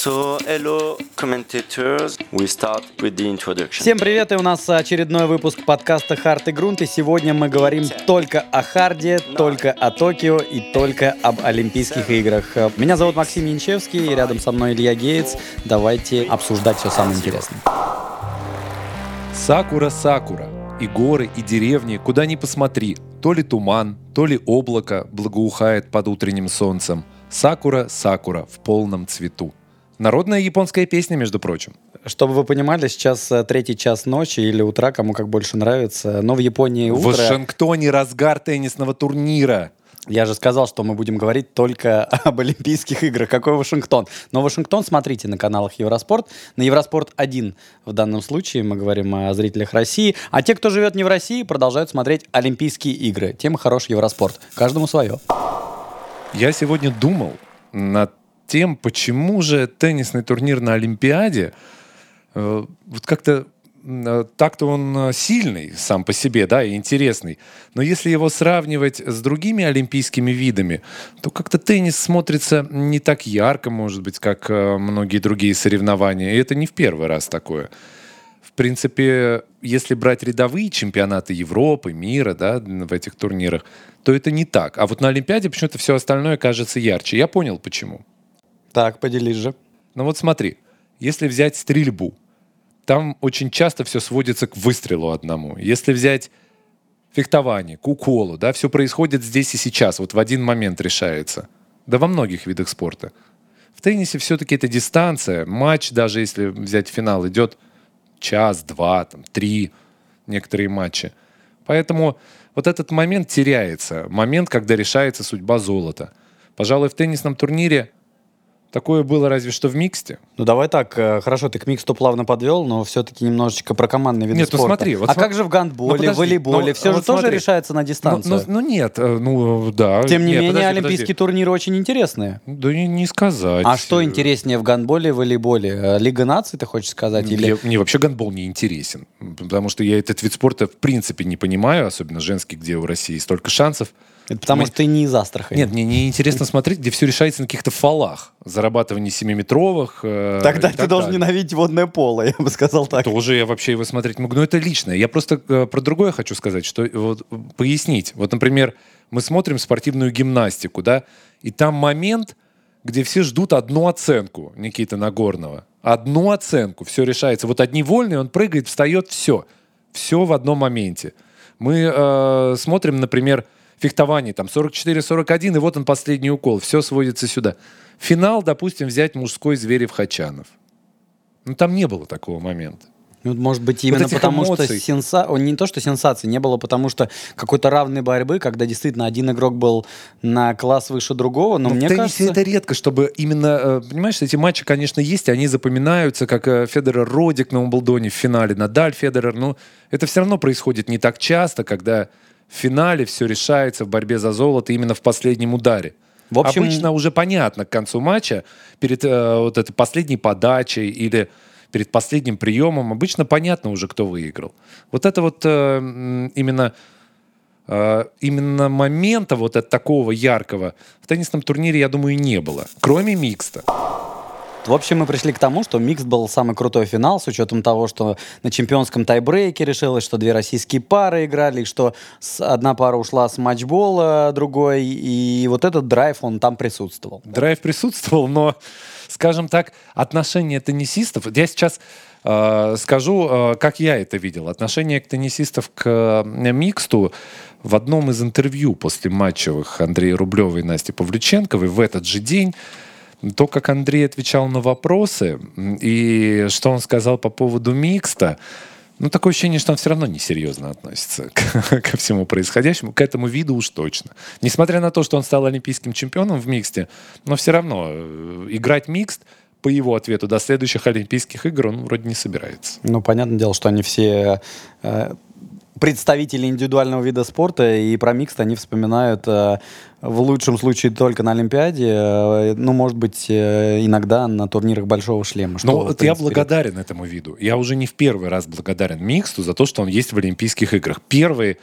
So, hello, commentators. We start with the introduction. Всем привет, и у нас очередной выпуск подкаста «Хард и Грунт», и сегодня мы говорим только о харде, только о Токио и только об Олимпийских играх. Меня зовут Максим Янчевский, и рядом со мной Илья Гейтс. Давайте обсуждать все самое интересное. Сакура, и горы, и деревни, куда ни посмотри, то ли туман, то ли облако благоухает под утренним солнцем. Сакура в полном цвету. Народная японская песня, между прочим. Чтобы вы понимали, сейчас 3 час ночи или утра, кому как больше нравится, но в Японии утро... В Вашингтоне разгар теннисного турнира. Я же сказал, что мы будем говорить только об Олимпийских играх. Какой Вашингтон? Но Вашингтон смотрите на каналах Евроспорт. На Евроспорт 1 в данном случае мы говорим о зрителях России. А те, кто живет не в России, продолжают смотреть Олимпийские игры. Тема хорош Евроспорт. Каждому свое. Я сегодня думал над тем, почему же теннисный турнир на Олимпиаде вот как-то так-то он сильный сам по себе, да, и интересный. Но если его сравнивать с другими олимпийскими видами, то как-то теннис смотрится не так ярко, может быть, как многие другие соревнования. И это не в первый раз такое. В принципе, если брать рядовые чемпионаты Европы, мира, да, в этих турнирах, то это не так. А вот на Олимпиаде почему-то все остальное кажется ярче. Я понял, почему. Так, поделись же. Ну вот смотри, если взять стрельбу, там очень часто все сводится к выстрелу одному. Если взять фехтование, к уколу, да, все происходит здесь и сейчас, вот в один момент решается. Да во многих видах спорта. В теннисе все-таки это дистанция. Матч, даже если взять финал, идет час, 2, 3, некоторые матчи. Поэтому вот этот момент теряется. Момент, когда решается судьба золота. Пожалуй, в теннисном турнире такое было разве что в миксте. Ну давай так, хорошо, ты к миксту плавно подвел, но все-таки немножечко про командные виды спорта. Нет, ну смотри. Вот как же в гандболе, волейболе? Все же тоже решается на дистанцию. Нет, да. Тем не менее, олимпийские турниры очень интересные. Да не сказать. А что интереснее в гандболе и волейболе? Лига наций, ты хочешь сказать? Мне вообще гандбол не интересен, потому что я этот вид спорта в принципе не понимаю, особенно женский, где у России столько шансов. Это потому что ты не из Астрахани. Нет, мне не интересно смотреть, где все решается на каких-то фолах. Зарабатывание 7-метровых. Тогда ты должен ненавидеть водное поло, я бы сказал так. Тоже я вообще его смотреть могу. Но это личное. Я просто про другое хочу сказать, что вот, пояснить. Вот, например, мы смотрим спортивную гимнастику, да, и там момент, где все ждут одну оценку Никиты Нагорного. Одну оценку. Все решается. Вот одни вольные, он прыгает, встает, все. Все в одном моменте. Мы смотрим, например, фехтование, там 44-41, и вот он последний укол. Все сводится сюда. Финал, допустим, взять мужской Зверев-Хачанов. Ну, там не было такого момента. Ну, может быть, именно вот потому эмоций. Что не то, что сенсации не было, потому что какой-то равной борьбы, когда действительно один игрок был на класс выше другого, но мне кажется... это редко, чтобы именно... Понимаешь, эти матчи, конечно, есть, они запоминаются, как Федерер-Родик на Умблдоне в финале, Надаль-Федерер, но это все равно происходит не так часто, когда в финале все решается в борьбе за золото именно в последнем ударе. В общем... Обычно уже понятно к концу матча, перед вот этой последней подачей или перед последним приемом, обычно понятно уже, кто выиграл. Вот это вот именно момента вот от такого яркого в теннисном турнире, я думаю, не было. Кроме микста. В общем, мы пришли к тому, что микс был самый крутой финал, с учетом того, что на чемпионском тайбрейке решилось, что 2 российские пары играли, и что одна пара ушла с матчбола, другой, и вот этот драйв, он там присутствовал. Драйв присутствовал, но, скажем так, отношение теннисистов... Я сейчас скажу, как я это видел. Отношение к теннисистов к миксту в одном из интервью после матчевых Андрея Рублева и Насти Павлюченковой в этот же день. То, как Андрей отвечал на вопросы и что он сказал по поводу микста, ну, такое ощущение, что он все равно несерьезно относится ко всему происходящему, к этому виду уж точно. Несмотря на то, что он стал олимпийским чемпионом в миксте, но все равно играть микст, по его ответу, до следующих Олимпийских игр он вроде не собирается. Ну, понятное дело, что они все... представители индивидуального вида спорта, и про микст они вспоминают в лучшем случае только на Олимпиаде, ну, может быть, иногда на турнирах Большого шлема. Ну, вот я благодарен этому виду. Я уже не в первый раз благодарен миксту за то, что он есть в Олимпийских играх. Первые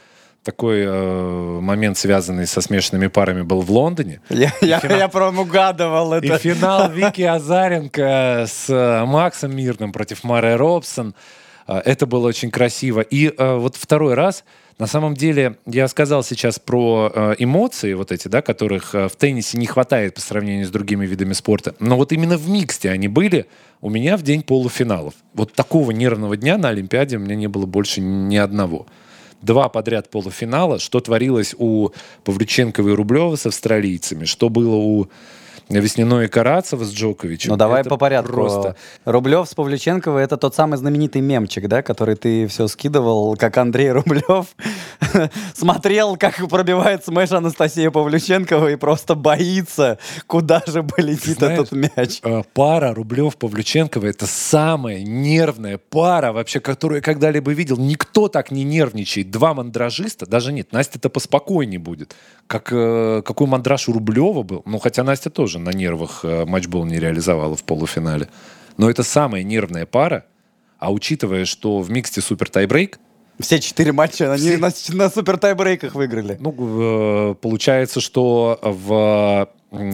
такой момент, связанный со смешанными парами, был в Лондоне. Я прям угадывал И это. финал Вики Азаренко с Максом Мирным против Мары Робсон. Это было очень красиво. И вот второй раз, на самом деле, я сказал сейчас про эмоции вот эти, да, которых в теннисе не хватает по сравнению с другими видами спорта. Но вот именно в миксте они были у меня в день полуфиналов. Вот такого нервного дня на Олимпиаде у меня не было больше ни одного. 2 подряд полуфинала, что творилось у Павлюченкова и Рублева с австралийцами, что было у Весниной и Карацева с Джоковичем. Ну, давай Это по порядку. Просто... Рублев с Павлюченковой — это тот самый знаменитый мемчик, да, который ты все скидывал, как Андрей Рублев смотрел, как пробивает смеш Анастасия Павлюченкова и просто боится, куда же полетит этот мяч. Пара Рублев-Павлюченкова — это самая нервная пара вообще, которую я когда-либо видел. Никто так не нервничает. 2 мандражиста, даже нет, Настя-то поспокойнее будет. Какой мандраж у Рублева был. Ну, хотя Настя тоже на нервах матчбол не реализовала в полуфинале. Но это самая нервная пара. А учитывая, что в миксте супер тайбрейк, все 4 матча они на супер тайбрейках выиграли. ну, получается, что в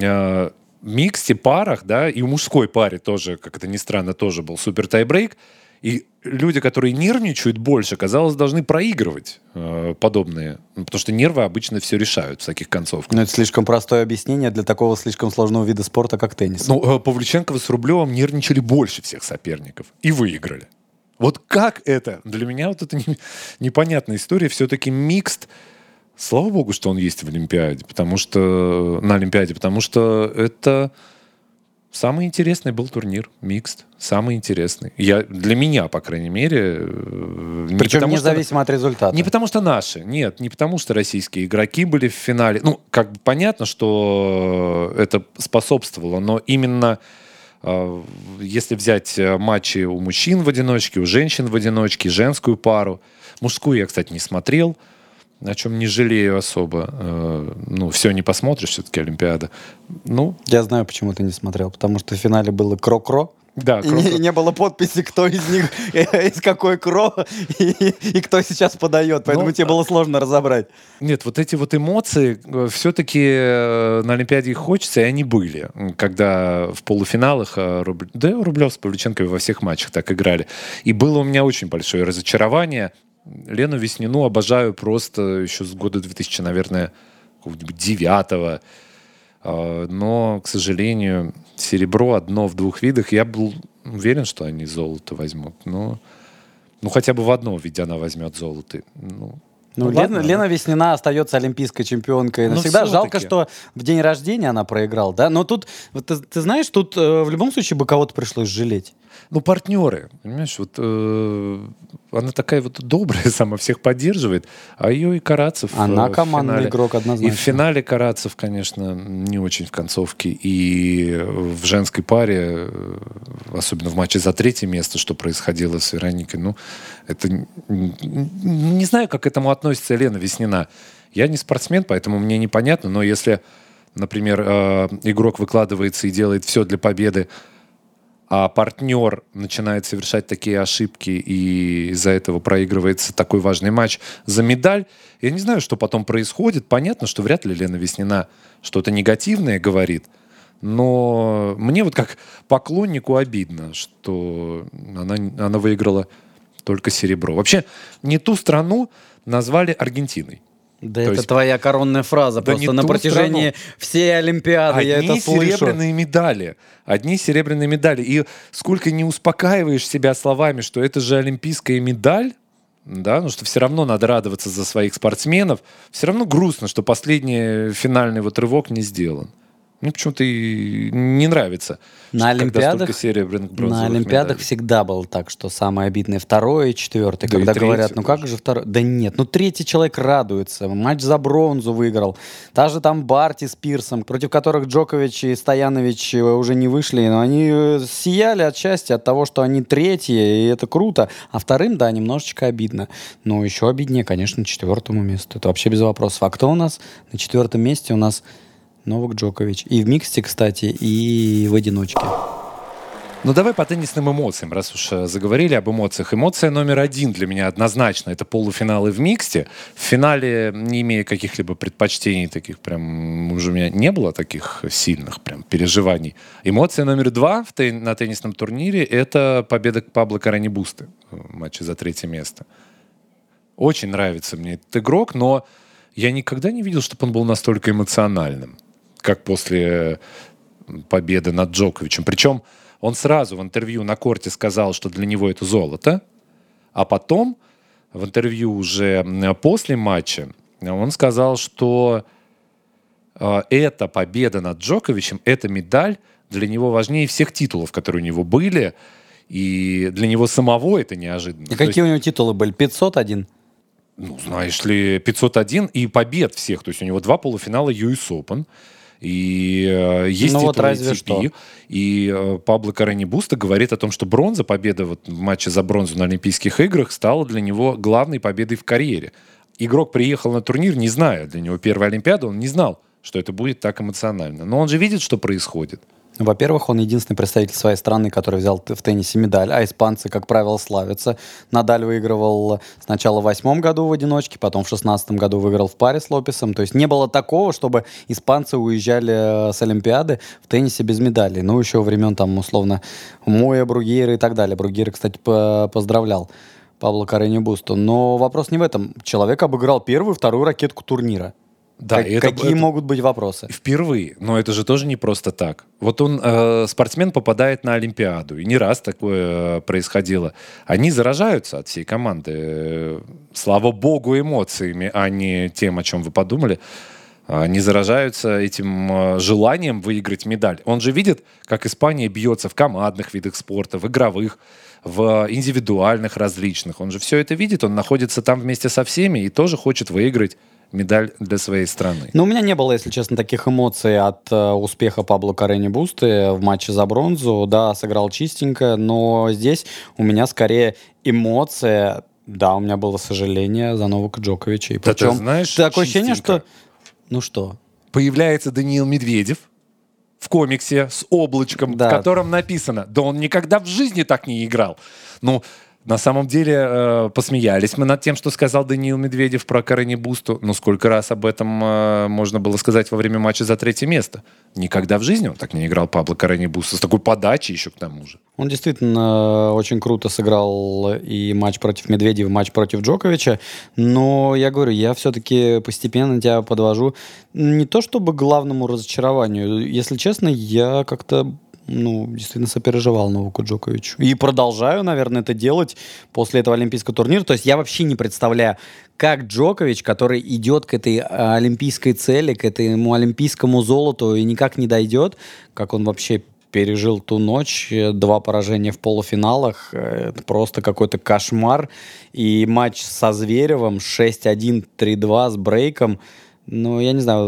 миксте парах, да, и в мужской паре тоже, как это ни странно, тоже был супер тайбрейк. И люди, которые нервничают больше, казалось, должны проигрывать подобные. Потому что нервы обычно все решают в таких концовках. Ну, это слишком простое объяснение для такого слишком сложного вида спорта, как теннис. Ну, Павлюченкова с Рублевым нервничали больше всех соперников. И выиграли. Вот как это? Для меня вот это непонятная история. Все-таки микст. Слава богу, что он есть в Олимпиаде. На Олимпиаде. Потому что это... Самый интересный был турнир, микст. Самый интересный. Для меня, по крайней мере. Причем независимо от результата. Не потому что наши. Нет, не потому что российские игроки были в финале. Ну, как бы понятно, что это способствовало, но именно если взять матчи у мужчин в одиночке, у женщин в одиночке, женскую пару. Мужскую я, кстати, не смотрел. О чем не жалею особо. Ну, все не посмотришь, все-таки Олимпиада. Ну, я знаю, почему ты не смотрел. Потому что в финале было кро-кро. Да, и не было подписи, кто из них, из какой кро, и кто сейчас подает. Поэтому тебе было сложно разобрать. Нет, вот эти вот эмоции, все-таки на Олимпиаде их хочется, и они были. Когда в полуфиналах Рублев с Павлюченковой во всех матчах так играли. И было у меня очень большое разочарование. Лену Веснину обожаю просто еще с года 2000, наверное, 2009-го. Но, к сожалению, серебро одно в 2 видах. Я был уверен, что они золото возьмут. Но хотя бы в одном виде она возьмет золото. Лена Веснина остается олимпийской чемпионкой навсегда. Жалко, что в день рождения она проиграла, да? Но тут, ты знаешь, тут в любом случае бы кого-то пришлось жалеть. Ну, партнеры, понимаешь, вот она такая вот добрая, сама всех поддерживает, а ее и Карацев. Она командный игрок однозначно. И в финале Карацев, конечно, не очень в концовке, и в женской паре, особенно в матче за 3-е место, что происходило с Вероникой, ну, это не знаю, как к этому относится Лена Веснина. Я не спортсмен, поэтому мне непонятно, но если, например, игрок выкладывается и делает все для победы, а партнер начинает совершать такие ошибки, и из-за этого проигрывается такой важный матч за медаль. Я не знаю, что потом происходит. Понятно, что вряд ли Лена Веснина что-то негативное говорит, но мне вот как поклоннику обидно, что она выиграла только серебро. Вообще, не ту страну назвали Аргентиной. Да, это твоя коронная фраза. Да, просто на протяжении всей Олимпиады я это слышу. Одни серебряные медали. И сколько не успокаиваешь себя словами, что это же олимпийская медаль, да, ну что все равно надо радоваться за своих спортсменов, все равно грустно, что последний финальный вот рывок не сделан. Мне почему-то и не нравится, на Олимпиадах, серебряных, бронзовых на Олимпиадах медалей. Всегда было так, что самое обидное 2-е и 4-е. Да, когда и говорят, ну как же 2-й? Да нет, ну 3-й человек радуется. Матч за бронзу выиграл. Та же там Барти с Пирсом, против которых Джокович и Стоянович уже не вышли, но они сияли от счастья, от того, что они 3-е, и это круто. А 2-м, да, немножечко обидно. Но еще обиднее, конечно, 4-му месту. Это вообще без вопросов. А кто у нас? На 4-м месте у нас Новак Джокович. И в миксте, кстати, и в одиночке. Ну, давай по теннисным эмоциям, раз уж заговорили об эмоциях. Эмоция номер один для меня однозначно — это полуфиналы в миксте. В финале, не имея каких-либо предпочтений таких прям, уже у меня не было таких сильных прям переживаний. Эмоция номер два на теннисном турнире — это победа Пабло Каррени Бусты в матче за 3 место. Очень нравится мне этот игрок, но я никогда не видел, чтобы он был настолько эмоциональным, как после победы над Джоковичем. Причем он сразу в интервью на корте сказал, что для него это золото, а потом в интервью уже после матча он сказал, что эта победа над Джоковичем, эта медаль для него важнее всех титулов, которые у него были, и для него самого это неожиданно. И какие у него титулы были? 501? Ну, знаешь ли, 501 и побед всех. То есть у него 2 полуфинала US Open. И есть ну, титулы вот разве ATP. что. И Пабло Каррени Буста говорит о том, что бронза, победа вот в матче за бронзу на Олимпийских играх стала для него главной победой в карьере. Игрок приехал на турнир, не зная, для него первая Олимпиада, он не знал, что это будет так эмоционально. Но он же видит, что происходит. Во-первых, он единственный представитель своей страны, который взял в теннисе медаль, а испанцы, как правило, славятся. Надаль выигрывал сначала в 2008 году в одиночке, потом в 2016 году выиграл в паре с Лопесом. То есть не было такого, чтобы испанцы уезжали с Олимпиады в теннисе без медалей. Ну, еще времен там, условно, Моя, Бругейра и так далее. Бругейра, кстати, поздравлял Пабло Каррени Бусту. Но вопрос не в этом. Человек обыграл первую, вторую ракетку турнира. Да, Какие могут быть вопросы? Впервые, но это же тоже не просто так. Вот он, спортсмен, попадает на Олимпиаду, и не раз такое происходило. Они заражаются от всей команды, слава богу, эмоциями, а не тем, о чем вы подумали. Они заражаются этим желанием выиграть медаль. Он же видит, как Испания бьется в командных видах спорта, в игровых, в индивидуальных различных. Он же все это видит, он находится там вместе со всеми и тоже хочет выиграть медаль для своей страны. Ну, у меня не было, если честно, таких эмоций от успеха Пабло Каррени Бусты в матче за бронзу. Да, сыграл чистенько, но здесь у меня скорее эмоция. Да, у меня было сожаление за Новака Джоковича. И Да причем ты знаешь, такое ощущение, чистенько. что... Ну что? Появляется Даниил Медведев в комиксе с облачком, Да. в котором написано: да он никогда в жизни так не играл. Ну, на самом деле, посмеялись мы над тем, что сказал Даниил Медведев про Каррени Бусту. Но сколько раз об этом можно было сказать во время матча за 3 место? Никогда в жизни он так не играл, Пабло Каррени Буста, с такой подачей еще к тому же. Он действительно очень круто сыграл и матч против Медведева, и матч против Джоковича. Но я говорю, я все-таки постепенно тебя подвожу не то чтобы к главному разочарованию. Если честно, я как-то действительно сопереживал Новаку Джоковичу. И продолжаю, наверное, это делать после этого олимпийского турнира. То есть я вообще не представляю, как Джокович, который идет к этой олимпийской цели, к этому олимпийскому золоту и никак не дойдет, как он вообще пережил ту ночь, 2 поражения в полуфиналах, это просто какой-то кошмар. И матч со Зверевым 6-1, 3-2 с брейком. Ну, я не знаю,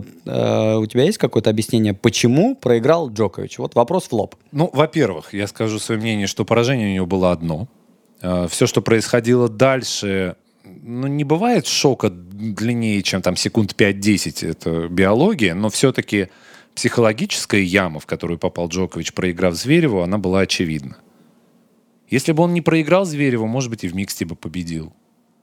у тебя есть какое-то объяснение, почему проиграл Джокович? Вот вопрос в лоб. Ну, во-первых, я скажу свое мнение, что поражение у него было одно. Все, что происходило дальше, не бывает шока длиннее, чем там секунд 5-10, это биология, но все-таки психологическая яма, в которую попал Джокович, проиграв Звереву, она была очевидна. Если бы он не проиграл Звереву, может быть, и в миксте бы победил.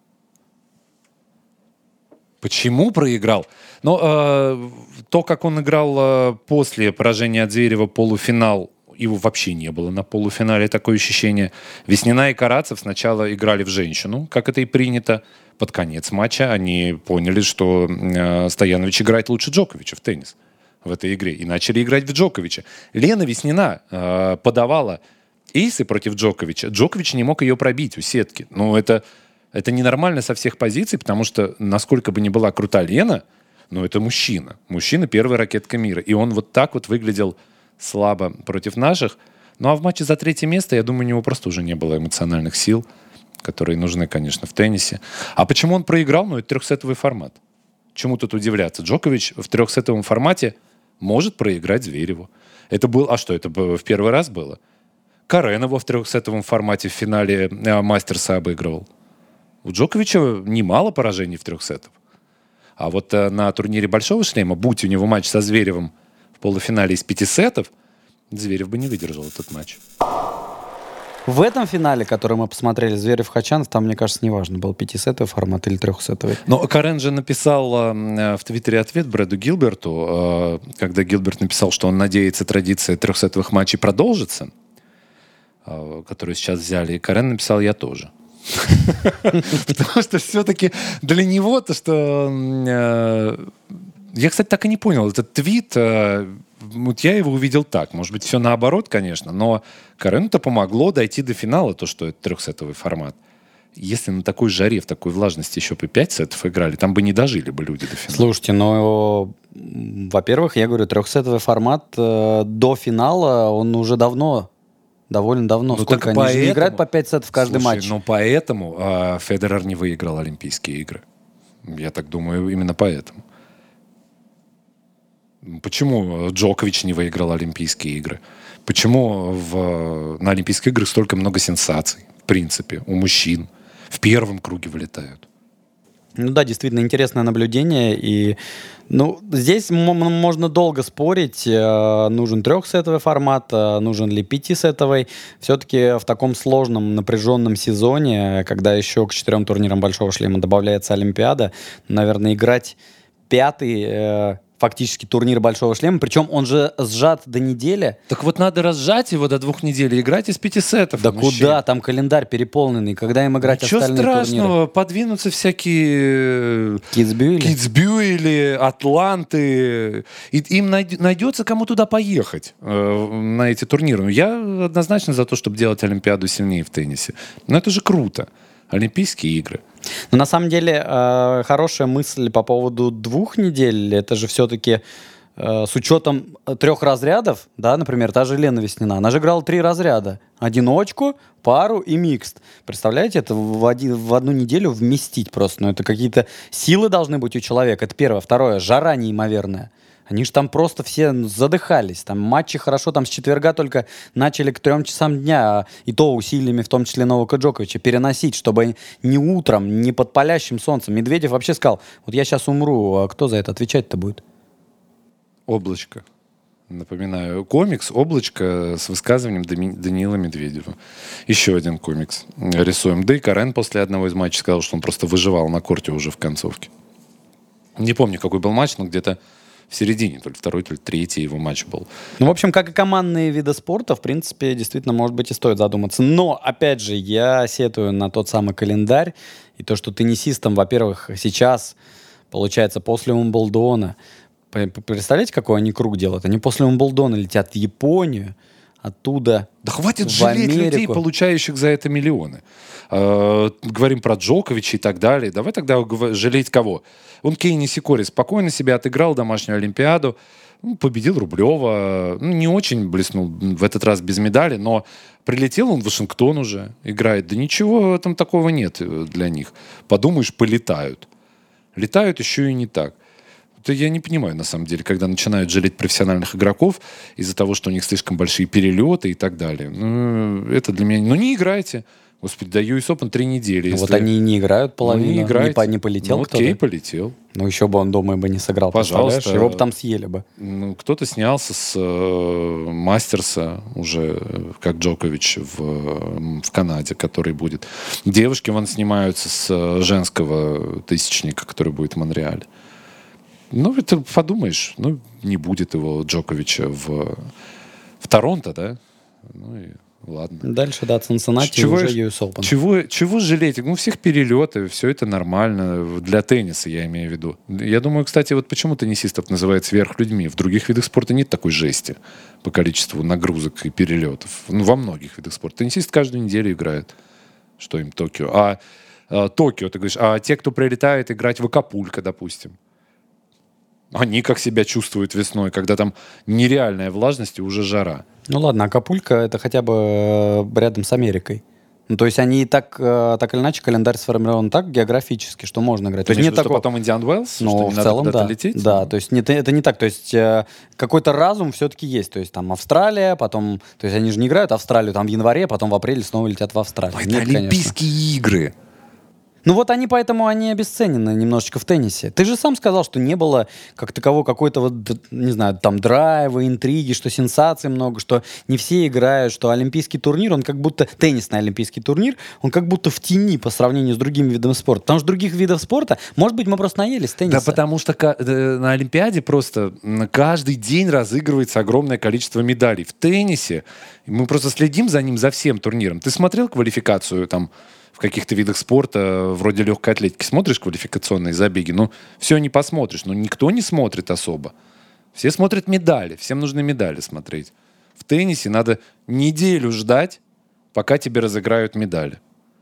Почему проиграл? Но то, как он играл после поражения от Зверева полуфинал, его вообще не было на полуфинале, такое ощущение. Веснина и Карацев сначала играли в женщину, как это и принято. Под конец матча они поняли, что Стоянович играет лучше Джоковича в теннис в этой игре. И начали играть в Джоковича. Лена Веснина подавала эйсы против Джоковича. Джокович не мог ее пробить у сетки. Ну, это ненормально со всех позиций, потому что, насколько бы ни была крута Лена, но это мужчина. Мужчина — первая ракетка мира. И он вот так вот выглядел слабо против наших. Ну а в матче за 3 место, я думаю, у него просто уже не было эмоциональных сил, которые нужны, конечно, в теннисе. А почему он проиграл? Ну, это 3-сетовый формат. Чему тут удивляться? Джокович в 3-сетовом формате может проиграть Звереву. Это в первый раз было? Карен его в 3-сетовом формате в финале Мастерса обыгрывал. У Джоковича немало поражений в 3 сетах. А вот на турнире Большого шлема, будь у него матч со Зверевым в полуфинале из 5 сетов, Зверев бы не выдержал этот матч. В этом финале, который мы посмотрели, Зверев-Хачанов, там, мне кажется, неважно, был 5-сетовый формат или 3-сетовый. Но Карен же написал в Твиттере ответ Брэду Гилберту, когда Гилберт написал, что он надеется, традиция 3-сетовых матчей продолжится, которую сейчас взяли, и Карен написал: я тоже. Потому что все-таки для него то, что... Я, кстати, так и не понял. Этот твит, вот я его увидел так. Может быть, все наоборот, конечно, но Карену-то помогло дойти до финала, то, что это 3-сетовый формат. Если на такой жаре, в такой влажности еще бы 5 сетов играли, там бы не дожили бы люди до финала. Слушайте, ну, во-первых, я говорю, 3-сетовый формат до финала, он уже давно, довольно давно. Ну, сколько? Они же не играют по 5 сетов в каждый матч. Ну, поэтому Федерер не выиграл Олимпийские игры. Я так думаю, именно поэтому. Почему Джокович не выиграл Олимпийские игры? Почему на Олимпийских играх столько много сенсаций, в принципе, у мужчин? В первом круге вылетают. Ну да, действительно интересное наблюдение. И, ну, здесь можно долго спорить, нужен 3-сетовый формат, нужен ли 5-сетовый. Все-таки в таком сложном, напряженном сезоне, когда еще к 4 турнирам Большого шлема добавляется Олимпиада, наверное, играть 5-й... фактически турнир Большого шлема, причем он же сжат до недели. Так вот надо разжать его до 2 недель и играть из 5 сетов. Да куда? Там календарь переполненный. Когда им играть Ничего остальные страшного, турниры? подвинутся всякие Китсбюэли, Атланты. И им найдется кому туда поехать на эти турниры. Ну, я однозначно за то, чтобы делать Олимпиаду сильнее в теннисе. Но это же круто. Олимпийские игры. Но на самом деле хорошая мысль по поводу 2 недель. Это же все-таки с учетом 3 разрядов, да, например, та же Лена Веснина, она же играла 3 разряда. Одиночку, пару и микст. Представляете, это в одну неделю вместить просто. Ну, это какие-то силы должны быть у человека. Это первое. Второе, жара неимоверная. Они же там просто все задыхались. Там матчи хорошо, там с четверга только начали к 3 часам дня, и то усилиями, в том числе Новака Джоковича, переносить, чтобы не утром, не под палящим солнцем. Медведев вообще сказал: вот я сейчас умру, а кто за это отвечать-то будет? «Облачко». Напоминаю, комикс «Облачко» с высказыванием Даниила Медведева. Еще один комикс рисуем. Да и Карен после одного из матчей сказал, что он просто выживал на корте уже в концовке. Не помню, какой был матч, но где-то в середине, то ли 2-й, то ли 3-й его матч был. Ну, в общем, как и командные виды спорта, в принципе, действительно, может быть, и стоит задуматься. Но, опять же, я сетую на тот самый календарь, и то, что теннисистам, во-первых, сейчас, получается, после Уимблдона, представляете, какой они круг делают? Они после Уимблдона летят в Японию, оттуда Да хватит в жалеть людей, Америку. получающих за это миллионы. Говорим про Джоковича и так далее. Давай тогда жалеть кого? Он Кей Нисикори спокойно себя отыграл домашнюю Олимпиаду, победил Рублева, не очень блеснул в этот раз без медали, но прилетел он в Вашингтон уже, играет. Да ничего там такого нет для них. Подумаешь, полетают. Летают еще и не так. Это я не понимаю, на самом деле, когда начинают жалеть профессиональных игроков из-за того, что у них слишком большие перелеты и так далее. Ну, это для меня... Ну, не играйте. Господи, да US Open 3 недели. Ну, вот они не играют половину, не играйте. не полетел ну, вот кто-то. Кей полетел. Ну, еще бы он дома бы не сыграл, Пожалуйста. представляешь? Его бы там съели бы. Ну, кто-то снялся с Мастерса уже, как Джокович в Канаде, который будет. Девушки вон снимаются с женского тысячника, который будет в Монреале. Ну, это подумаешь, ну, не будет его Джоковича в Торонто, да? Ну и ладно. Дальше, да, Цинциннати уже US Open. Чего жалеть? Ну, у всех перелеты, все это нормально. Для тенниса, я имею в виду. Я думаю, кстати, вот почему теннисистов называют сверхлюдьми. В других видах спорта нет такой жести по количеству нагрузок и перелетов. Ну, во многих видах спорта. Теннисист каждую неделю играет. Что им Токио? Токио, ты говоришь, а те, кто прилетает играть в Акапулько, допустим. Они как себя чувствуют весной, когда там нереальная влажность и уже жара. Ну ладно, Акапулько это хотя бы рядом с Америкой. Ну, то есть они так или иначе, календарь сформирован так географически, что можно играть. То есть нет такого... что потом Индиан Уэллс, ну, что в не надо целом, куда-то да. лететь? Да, то есть это не так. То есть какой-то разум все-таки есть. То есть там Австралия, потом... То есть они же не играют Австралию там в январе, потом в апреле снова летят в Австралию. Это Нет, конечно. Олимпийские игры. Ну вот они обесценены немножечко в теннисе. Ты же сам сказал, что не было как такового какой-то вот, не знаю, там драйва, интриги, что сенсаций много, что не все играют, что олимпийский турнир, он как будто, теннисный олимпийский турнир, он как будто в тени по сравнению с другими видами спорта. Потому что других видов спорта, может быть, мы просто наелись тенниса. Да потому что на Олимпиаде просто каждый день разыгрывается огромное количество медалей. В теннисе мы просто следим за ним, за всем турниром. Ты смотрел квалификацию там в каких-то видах спорта, вроде легкой атлетики, смотришь квалификационные забеги, ну, все не посмотришь, но никто не смотрит особо. Все смотрят медали, всем нужны медали смотреть. В теннисе надо неделю ждать, пока тебе разыграют медали.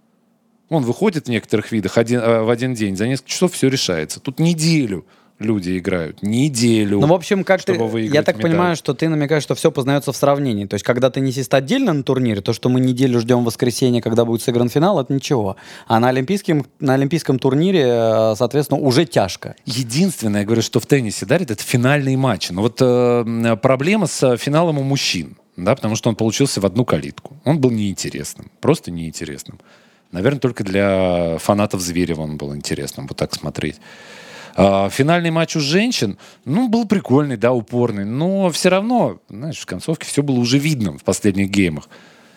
Он выходит в некоторых видах в один день, за несколько часов все решается. Тут неделю люди играют. Неделю. Ну, в общем, чтобы выиграть я так медаль. понимаю, что ты намекаешь, что все познается в сравнении. То есть, когда теннисист отдельно на турнире, то, что мы неделю ждем воскресенья, когда будет сыгран финал, это ничего. А на олимпийском турнире, соответственно, уже тяжко. Единственное, я говорю, что в теннисе дарит, это финальные матчи. Но вот проблема с финалом у мужчин, да, потому что он получился в одну калитку. Он был неинтересным, просто неинтересным. Наверное, только для фанатов Зверева он был интересным, вот так смотреть. Финальный матч у женщин, ну, был прикольный, да, упорный, но все равно, знаешь, в концовке все было уже видно в последних геймах.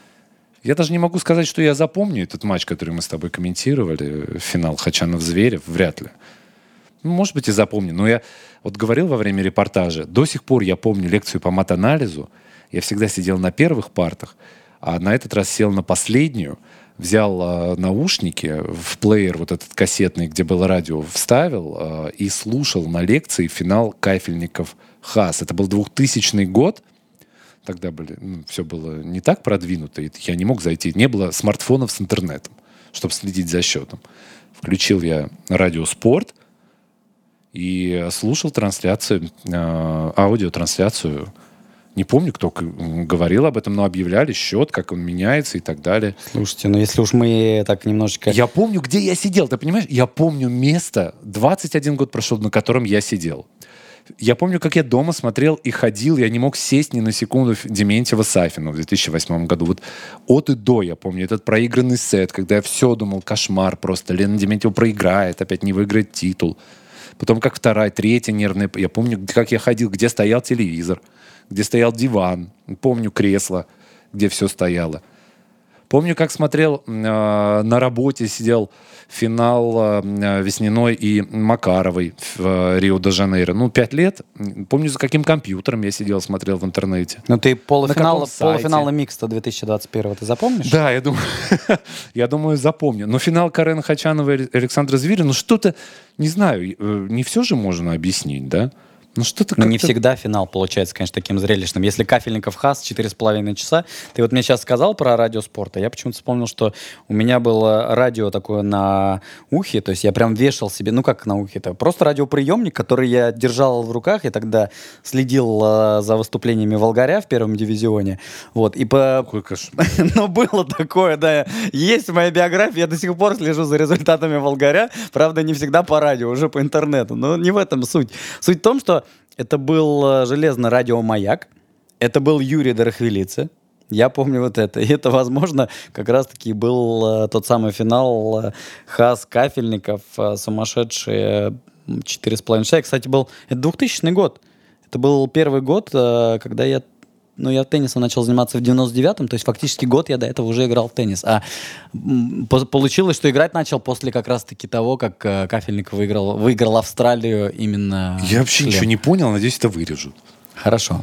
Я даже не могу сказать, что я запомню этот матч, который мы с тобой комментировали, финал Хачанов-Зверев, вряд ли. Ну, может быть, и запомню, но я вот говорил во время репортажа, до сих пор я помню лекцию по мат-анализу, я всегда сидел на первых партах, а на этот раз сел на последнюю, взял наушники в плеер вот этот кассетный, где было радио, вставил и слушал на лекции финал Кафельников-Хаас. Это был 2000 год. Тогда все было не так продвинуто. И я не мог зайти. Не было смартфонов с интернетом, чтобы следить за счетом. Включил я радиоспорт и слушал трансляцию, аудиотрансляцию. Не помню, кто говорил об этом, но объявляли счет, как он меняется и так далее. Слушайте, ну если уж мы так немножечко... Я помню, где я сидел, ты понимаешь? Я помню место, 21 год прошел, на котором я сидел. Я помню, как я дома смотрел и ходил, я не мог сесть ни на секунду Дементьева-Сафина в 2008 году. Вот от и до я помню этот проигранный сет, когда я все думал, кошмар просто. Лена Дементьева проиграет, опять не выиграет титул. Потом как вторая, третья нервная. Я помню, как я ходил, где стоял телевизор, где стоял диван. Помню кресло, где все стояло. Помню, как смотрел на работе, сидел финал Весниной и Макаровой в Рио-де-Жанейро. 5 лет. Помню, за каким компьютером я сидел, смотрел в интернете. Ну, ты полуфинала микста 2021 ты запомнишь? Да, я думаю, запомню. Но финал Карена Хачанова и Александра Зверева, что-то, не знаю, не все же можно объяснить, да? Ну, не всегда финал получается, конечно, таким зрелищным. Если Кафельников-Хаас 4,5 часа, ты вот мне сейчас сказал про радиоспорт, а я почему-то вспомнил, что у меня было радио такое на ухе, то есть я прям вешал себе, ну как на ухе-то, просто радиоприемник, который я держал в руках, я тогда следил за выступлениями Волгаря в первом дивизионе, вот, и Какой кошмар. Но было такое, да, есть в моей биографии, я до сих пор слежу за результатами Волгаря, правда, не всегда по радио, уже по интернету, но не в этом суть. Суть в том, что это был железный радиомаяк, это был Юрий Дорохвилица, я помню вот это. И это, возможно, как раз-таки был тот самый финал Хаас Кафельников, сумасшедшие 4,5 часа. Кстати, это 2000 год. Это был первый год, когда я теннисом начал заниматься в 99-м, то есть фактически год я до этого уже играл в теннис. А получилось, что играть начал после как раз-таки того, как Кафельников выиграл Австралию именно... Я вообще ничего не понял, надеюсь, это вырежут. Хорошо.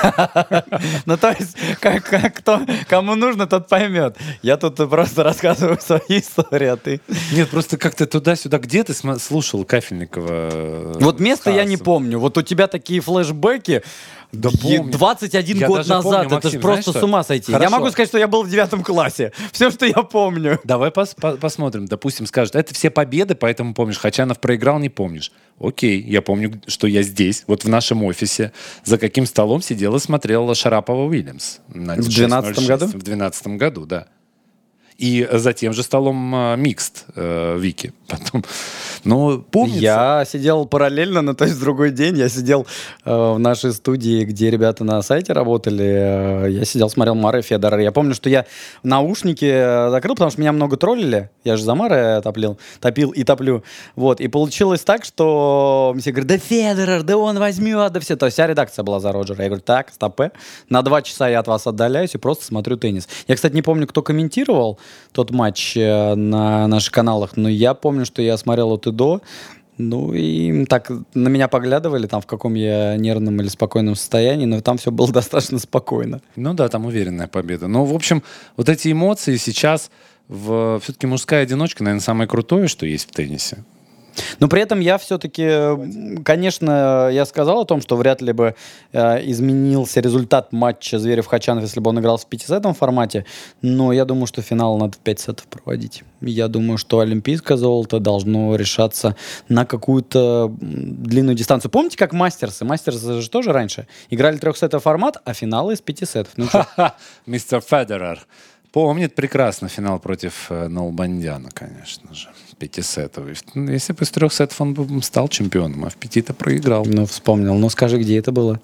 Ну, то есть, кому нужно, тот поймет. Я тут просто рассказываю свои истории, а ты... Нет, просто как-то туда-сюда. Где ты слушал Кафельникова? Вот место я не помню. Вот у тебя такие флешбеки. Да помню. 21 Я год даже назад. помню, Это Максим, же просто знаешь с что? ума сойти. Хорошо. Я могу сказать, что я был в 9 классе. Все, что я помню. Давай посмотрим. Допустим, скажут, это все победы, поэтому помнишь. Хачанов проиграл, не помнишь. Окей, я помню, что я здесь, вот в нашем офисе, за каким столом сидел и смотрел Шарапова Уильямс. В 12 году? В 12 году, да. И за тем же столом микст Вики. Потом, ну, помнится. Я сидел параллельно, но то есть в другой день я сидел в нашей студии, где ребята на сайте работали. Я сидел, смотрел Мара Федорер. Я помню, что я наушники закрыл, потому что меня много троллили. Я же за Мара топил и топлю. Вот. И получилось так, что все говорят, да Федорер, да он возьмет, да все. То есть вся редакция была за Роджера. Я говорю, так, стопэ. На 2 часа я от вас отдаляюсь и просто смотрю теннис. Я, кстати, не помню, кто комментировал тот матч на наших каналах, но я помню, что я смотрел от и до. Ну и так на меня поглядывали, там в каком я нервном или спокойном состоянии, но там все было достаточно спокойно. Ну да, там уверенная победа. Но, в общем, вот эти эмоции сейчас все-таки мужская одиночка, наверное, самое крутое, что есть в теннисе. Но при этом я все-таки, конечно, я сказал о том, что вряд ли бы изменился результат матча Зверев-Хачанов, если бы он играл в 5-сетном формате, но я думаю, что финал надо в 5 сетов проводить. Я думаю, что олимпийское золото должно решаться на какую-то длинную дистанцию. Помните, как мастерсы? Мастерсы же тоже раньше играли 3-сетовый формат, а финалы из 5 сетов. Ну, Мистер Федерер помнит прекрасно финал против Налбандяна, конечно же. 5-сетовый. Если бы из 3 сетов он бы стал чемпионом, а в 5-то проиграл. ну, вспомнил. Ну, скажи, где это было?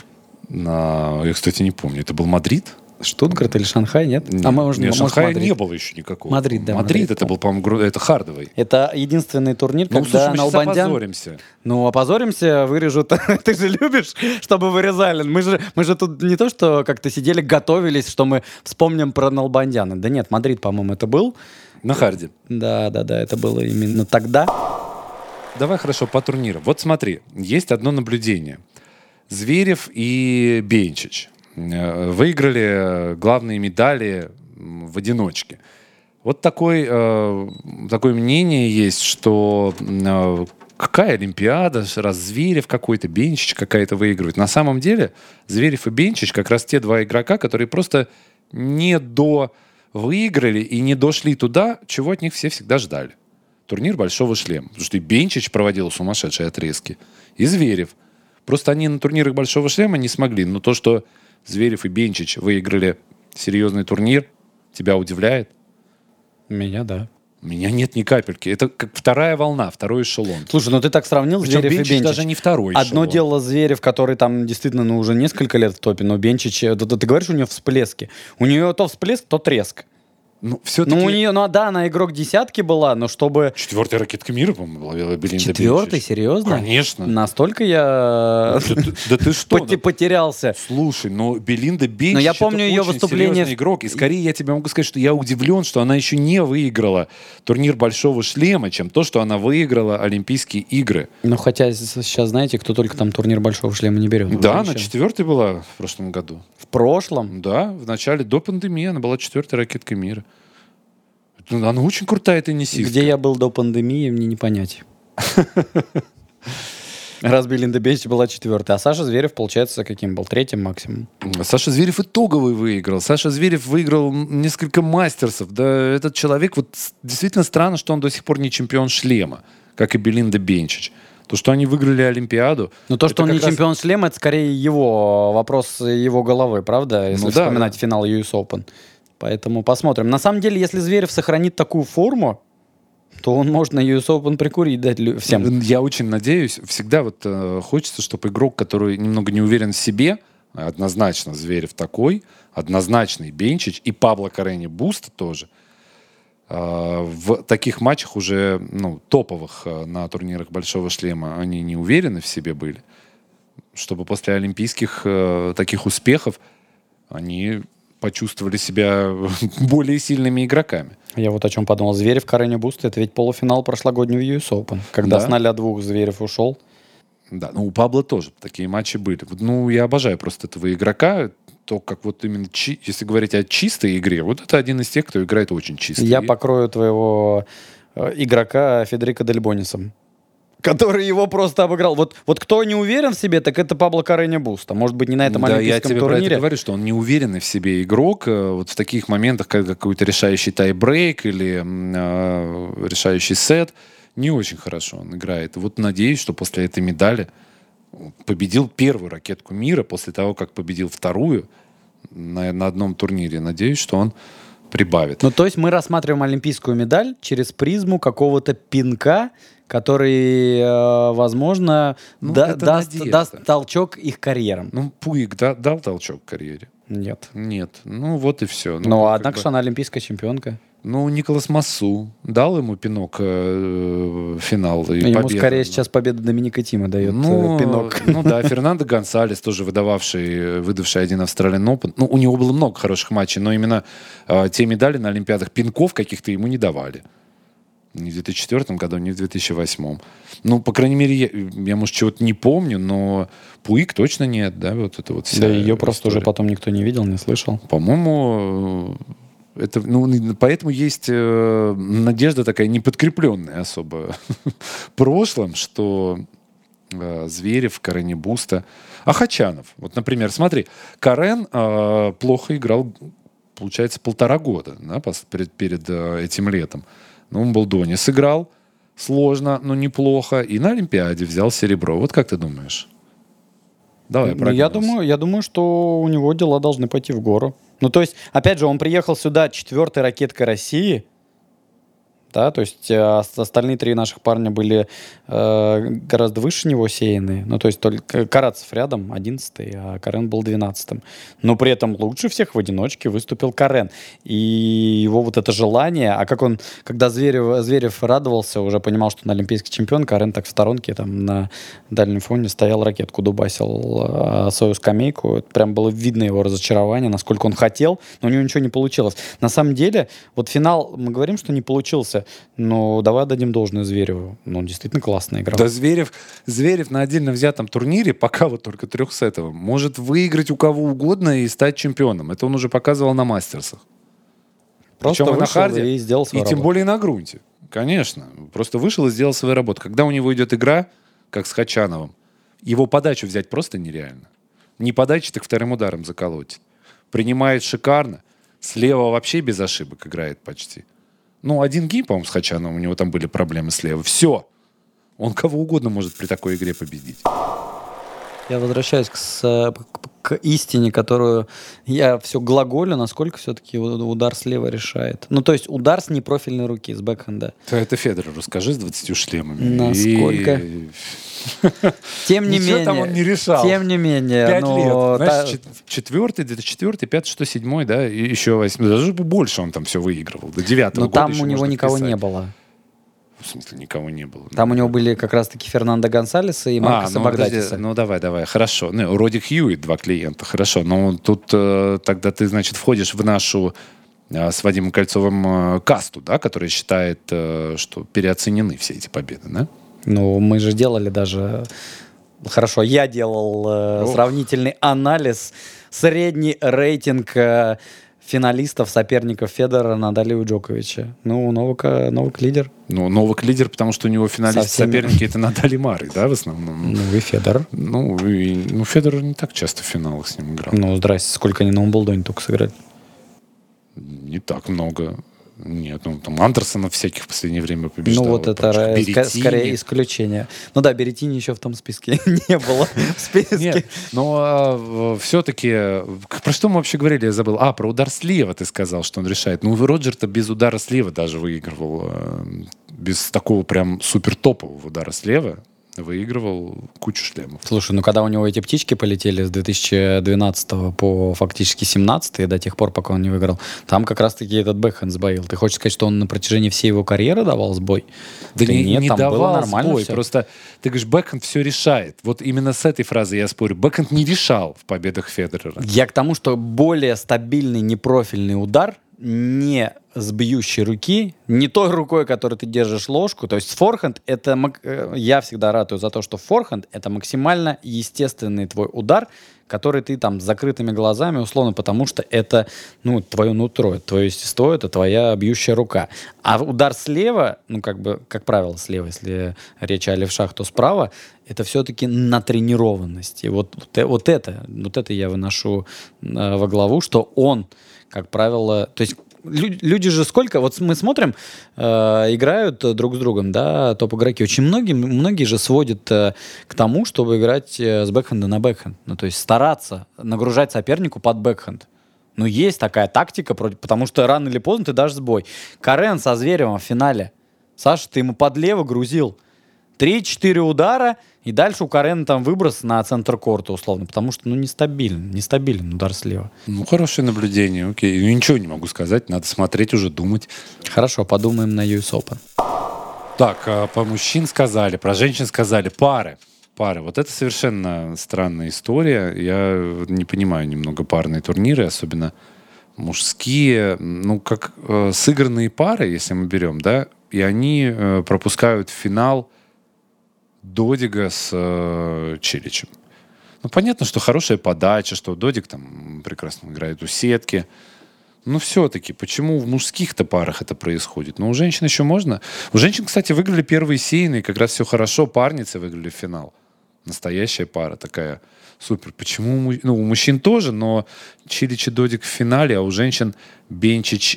Я, кстати, не помню. Это был Мадрид? Штутгарт или Шанхай, нет? Нет, Шанхая не было еще никакого. Мадрид, да. Мадрид, это был, по-моему, это Хардовый. Это единственный турнир, Ну, когда слушай, мы сейчас Налбандян... опозоримся. Ну, опозоримся, вырежут. Ты же любишь, чтобы вырезали. Мы же тут не то, что как-то сидели, готовились, что мы вспомним про Налбандяна. Да нет, Мадрид, по-моему, это был. На Харде. Да, это было именно тогда. Давай хорошо по турниру. Вот смотри, есть одно наблюдение. Зверев и Бенчич выиграли главные медали в одиночке. Вот такое мнение есть, что какая Олимпиада, раз Зверев какой-то, Бенчич какая-то выигрывает. На самом деле Зверев и Бенчич как раз те 2 игрока, которые просто выиграли и не дошли туда, чего от них все всегда ждали. Турнир Большого Шлема. Потому что и Бенчич проводил сумасшедшие отрезки, и Зверев. Просто они на турнирах Большого Шлема не смогли. Но то, что Зверев и Бенчич выиграли серьезный турнир, тебя удивляет? Меня, да. Меня нет ни капельки. Это как вторая волна, второй эшелон. Слушай, ну ты так сравнил Причем Зверев и Бенчич Бенчич. даже не второй эшелон. Одно дело Зверев, который там действительно уже несколько лет в топе, но Бенчич, ты говоришь, у нее всплески. У нее то всплеск, то треск. Ну, все-таки... Ну, у нее, да, она игрок десятки была, но чтобы... 4-я ракетка мира, по-моему, была Белинда 4-й, Бенчич. серьезно? Конечно. Настолько я Да ты что? потерялся. Слушай, но Белинда Бенчич Но я помню это ее очень выступление серьезный игрок. И скорее я тебе могу сказать, что я удивлен, что она еще не выиграла турнир Большого Шлема, чем то, что она выиграла Олимпийские игры. Ну, хотя сейчас, знаете, кто только там турнир Большого Шлема не берет. Да, она 4-й была в прошлом году. В прошлом? Да, в начале, до пандемии, она была 4-й ракеткой мира. Она очень крутая теннисистка. Где я был до пандемии, мне не понять. Раз Белинда Бенчич была 4-й, а Саша Зверев, получается, каким был? 3-м максимум. Саша Зверев итоговый выиграл. Саша Зверев выиграл несколько мастерсов. Да, этот человек, вот действительно странно, что он до сих пор не чемпион шлема, как и Белинда Бенчич. То, что они выиграли Олимпиаду... Но то, что он не чемпион шлема, это скорее его вопрос его головы, правда? Если вспоминать финал US Open. Поэтому посмотрим. На самом деле, если Зверев сохранит такую форму, то он может на US Open прикурить, дать всем. Я очень надеюсь. Всегда вот хочется, чтобы игрок, который немного не уверен в себе, однозначно Зверев такой, однозначный Бенчич и Пабло Каррени Буста тоже, в таких матчах уже топовых на турнирах Большого Шлема они не уверены в себе были, чтобы после олимпийских таких успехов они почувствовали себя более сильными игроками. Я вот о чем подумал. Зверев, Каррени, Буст, это ведь полуфинал прошлогоднего US Open, когда Да. с 0-2 Зверев ушел. Да, у Пабло тоже такие матчи были. Я обожаю просто этого игрока. То, как вот именно, если говорить о чистой игре, вот это один из тех, кто играет очень чисто. Я покрою твоего игрока Федерико Дель Бонисом, который его просто обыграл. Вот кто не уверен в себе, так это Пабло Каррени Буста. Может быть, не на этом Да, я олимпийском тебе про это турнире. говорю, что он не уверенный в себе игрок. Вот в таких моментах, как какой-то решающий тайбрейк или решающий сет, не очень хорошо он играет. Вот надеюсь, что после этой медали победил первую ракетку мира после того, как победил вторую на одном турнире. Надеюсь, что он прибавит. Ну, то есть мы рассматриваем олимпийскую медаль через призму какого-то пинка, который, возможно, Ну, это даст надежда. толчок их карьерам. Ну, Пуик дал толчок карьере? Нет. Нет. Ну, вот и все. Ну, однако же она олимпийская чемпионка. Ну, Николас Массу дал ему пинок финал и Ему победа. скорее сейчас победа Доминика Тима дает пинок. Ну да, Фернандо Гонсалес, тоже выдавший один Australian Open. Ну, у него было много хороших матчей, но именно те медали на Олимпиадах пинков каких-то ему не давали. Ни в 2004 году, ни в 2008. Ну, по крайней мере, я может, чего-то не помню, но Пуик точно нет, да, вот это вот вся Да, ее просто история. уже потом никто не видел, не слышал. По-моему, это, ну, поэтому есть надежда такая неподкрепленная особо прошлым, что Зверев, Карен Буста, Хачанов. Вот, например, смотри, Карен плохо играл, получается, 1,5 года, да, перед этим летом. На Умблдоне сыграл сложно, но неплохо, и на Олимпиаде взял серебро. Вот как ты думаешь? Давай, Ну, я думаю, что у него дела должны пойти в гору. Ну, то есть, опять же, он приехал сюда 4-й ракеткой России, да, то есть остальные 3 наших парня были гораздо выше него сеяны. Ну, то есть только Карацев рядом 11-й, а Карен был 12-м. Но при этом лучше всех в одиночке выступил Карен. И его вот это желание, а как он, когда Зверев радовался, уже понимал, что он олимпийский чемпион, Карен так в сторонке там на дальнем фоне стоял, ракетку дубасил свою скамейку. Это прям было видно его разочарование, насколько он хотел, но у него ничего не получилось. На самом деле, вот финал, мы говорим, что не получился, но давай отдадим должное Звереву. Ну, он действительно классно играл. Да, Зверев на отдельно взятом турнире, пока вот только 3-сетовом, может выиграть у кого угодно и стать чемпионом. Это он уже показывал на мастерсах. Просто Причем и на вышел харде, и сделал свою и тем работу. более на грунте. Конечно. Просто вышел и сделал свою работу. Когда у него идет игра, как с Хачановым, его подачу взять просто нереально. Не подачи, так вторым ударом заколотит. Принимает шикарно. Слева вообще без ошибок играет почти. Ну, один гейм, по-моему, с Хачановым, у него там были проблемы слева. Все. Он кого угодно может при такой игре победить. Я возвращаюсь к истине, которую я все глаголю, насколько все-таки удар слева решает. Ну, то есть удар с непрофильной руки, с бэкхенда. Это Федереру скажи с 20 шлемами. Насколько? Тем не Ничего менее. там он не решал. Тем не менее. 5 но лет. Знаешь, 4-й, где-то 4-й, 5-й, что 7-й, да, и еще 8-й. Даже больше он там все выигрывал. До 9-го но года там еще у него можно никого вписать. не было. В смысле, никого не было. Там у него были как раз-таки Фернандо Гонсалеса и Маркоса Багдатиса. Ну, давай, хорошо. Ну, Роди Хьюитт, 2 клиента, хорошо. Но тут тогда ты, значит, входишь в нашу с Вадимом Кольцовым касту, да, которая считает, что переоценены все эти победы, да? Ну, мы же делали даже... Хорошо, я делал сравнительный анализ, средний рейтинг финалистов, соперников Федерера, Надаля и Джоковича. Ну, Новак лидер. Ну, Новак лидер, потому что у него финалисты-соперники это Надаль и Мары, да, в основном? Ну, и Федерер. Ну, Федерер не так часто в финалах с ним играл. Ну, здрасте, сколько они на Умблдоне только сыграли? Не так много. Нет, ну там Андерсонов всяких в последнее время побеждал. Ну, вот это скорее исключение. Ну да, Береттини еще в том списке не было. В списке. Нет, но все-таки... Про что мы вообще говорили, я забыл. Про удар слева ты сказал, что он решает. Ну, Роджер-то без удара слева даже выигрывал. Без такого прям супер топового удара слева выигрывал кучу шлемов. Слушай, ну когда у него эти птички полетели с 2012 по фактически 17 до тех пор, пока он не выиграл, там как раз-таки этот бэкхенд сбоил. Ты хочешь сказать, что он на протяжении всей его карьеры давал сбой? Да нет, не там давал было нормально сбой. все. Просто ты говоришь, бэкхенд все решает. Вот именно с этой фразой я спорю. Бэкхенд не решал в победах Федерера. Я к тому, что более стабильный непрофильный удар, не с бьющей руки, не той рукой, которой ты держишь ложку. То есть форхенд, это я всегда ратую за то, что форхенд это максимально естественный твой удар, который ты там с закрытыми глазами, условно, потому что это, ну, твое нутро, твое естество, это твоя бьющая рука. А удар слева, ну, как бы, как правило, слева, если речь о левшах, то справа, это все-таки натренированность. И вот это я выношу во главу, что он, как правило, то есть люди же сколько, вот мы смотрим, играют друг с другом, да, топ-игроки. Очень многие же сводят к тому, чтобы играть с бэкхенда на бэкхенд. Ну, то есть стараться нагружать сопернику под бэкхенд. Ну, есть такая тактика, потому что рано или поздно ты дашь сбой. Карен со Зверевым в финале. Саша, ты ему под лево грузил. 3-4 удара, и дальше у Карена там выброс на центр корта, условно, потому что, нестабилен удар слева. Ну, хорошее наблюдение, окей. Ну, ничего не могу сказать, надо смотреть уже, думать. Хорошо, подумаем на US Open. Так, про мужчин сказали, про женщин сказали. Пары. Вот это совершенно странная история. Я не понимаю немного парные турниры, особенно мужские. Ну, как сыгранные пары, если мы берем, да, и они пропускают в финал Додига с Чиличем. Ну, понятно, что хорошая подача, что Додик там прекрасно играет у сетки. Но все-таки, почему в мужских-то парах это происходит? Ну, у женщин еще можно. У женщин, кстати, выиграли первые сейны, как раз все хорошо. Парницы выиграли в финал. Настоящая пара такая. Супер. Почему? Ну, у мужчин тоже, но Чилич и Додик в финале, а у женщин Бенчич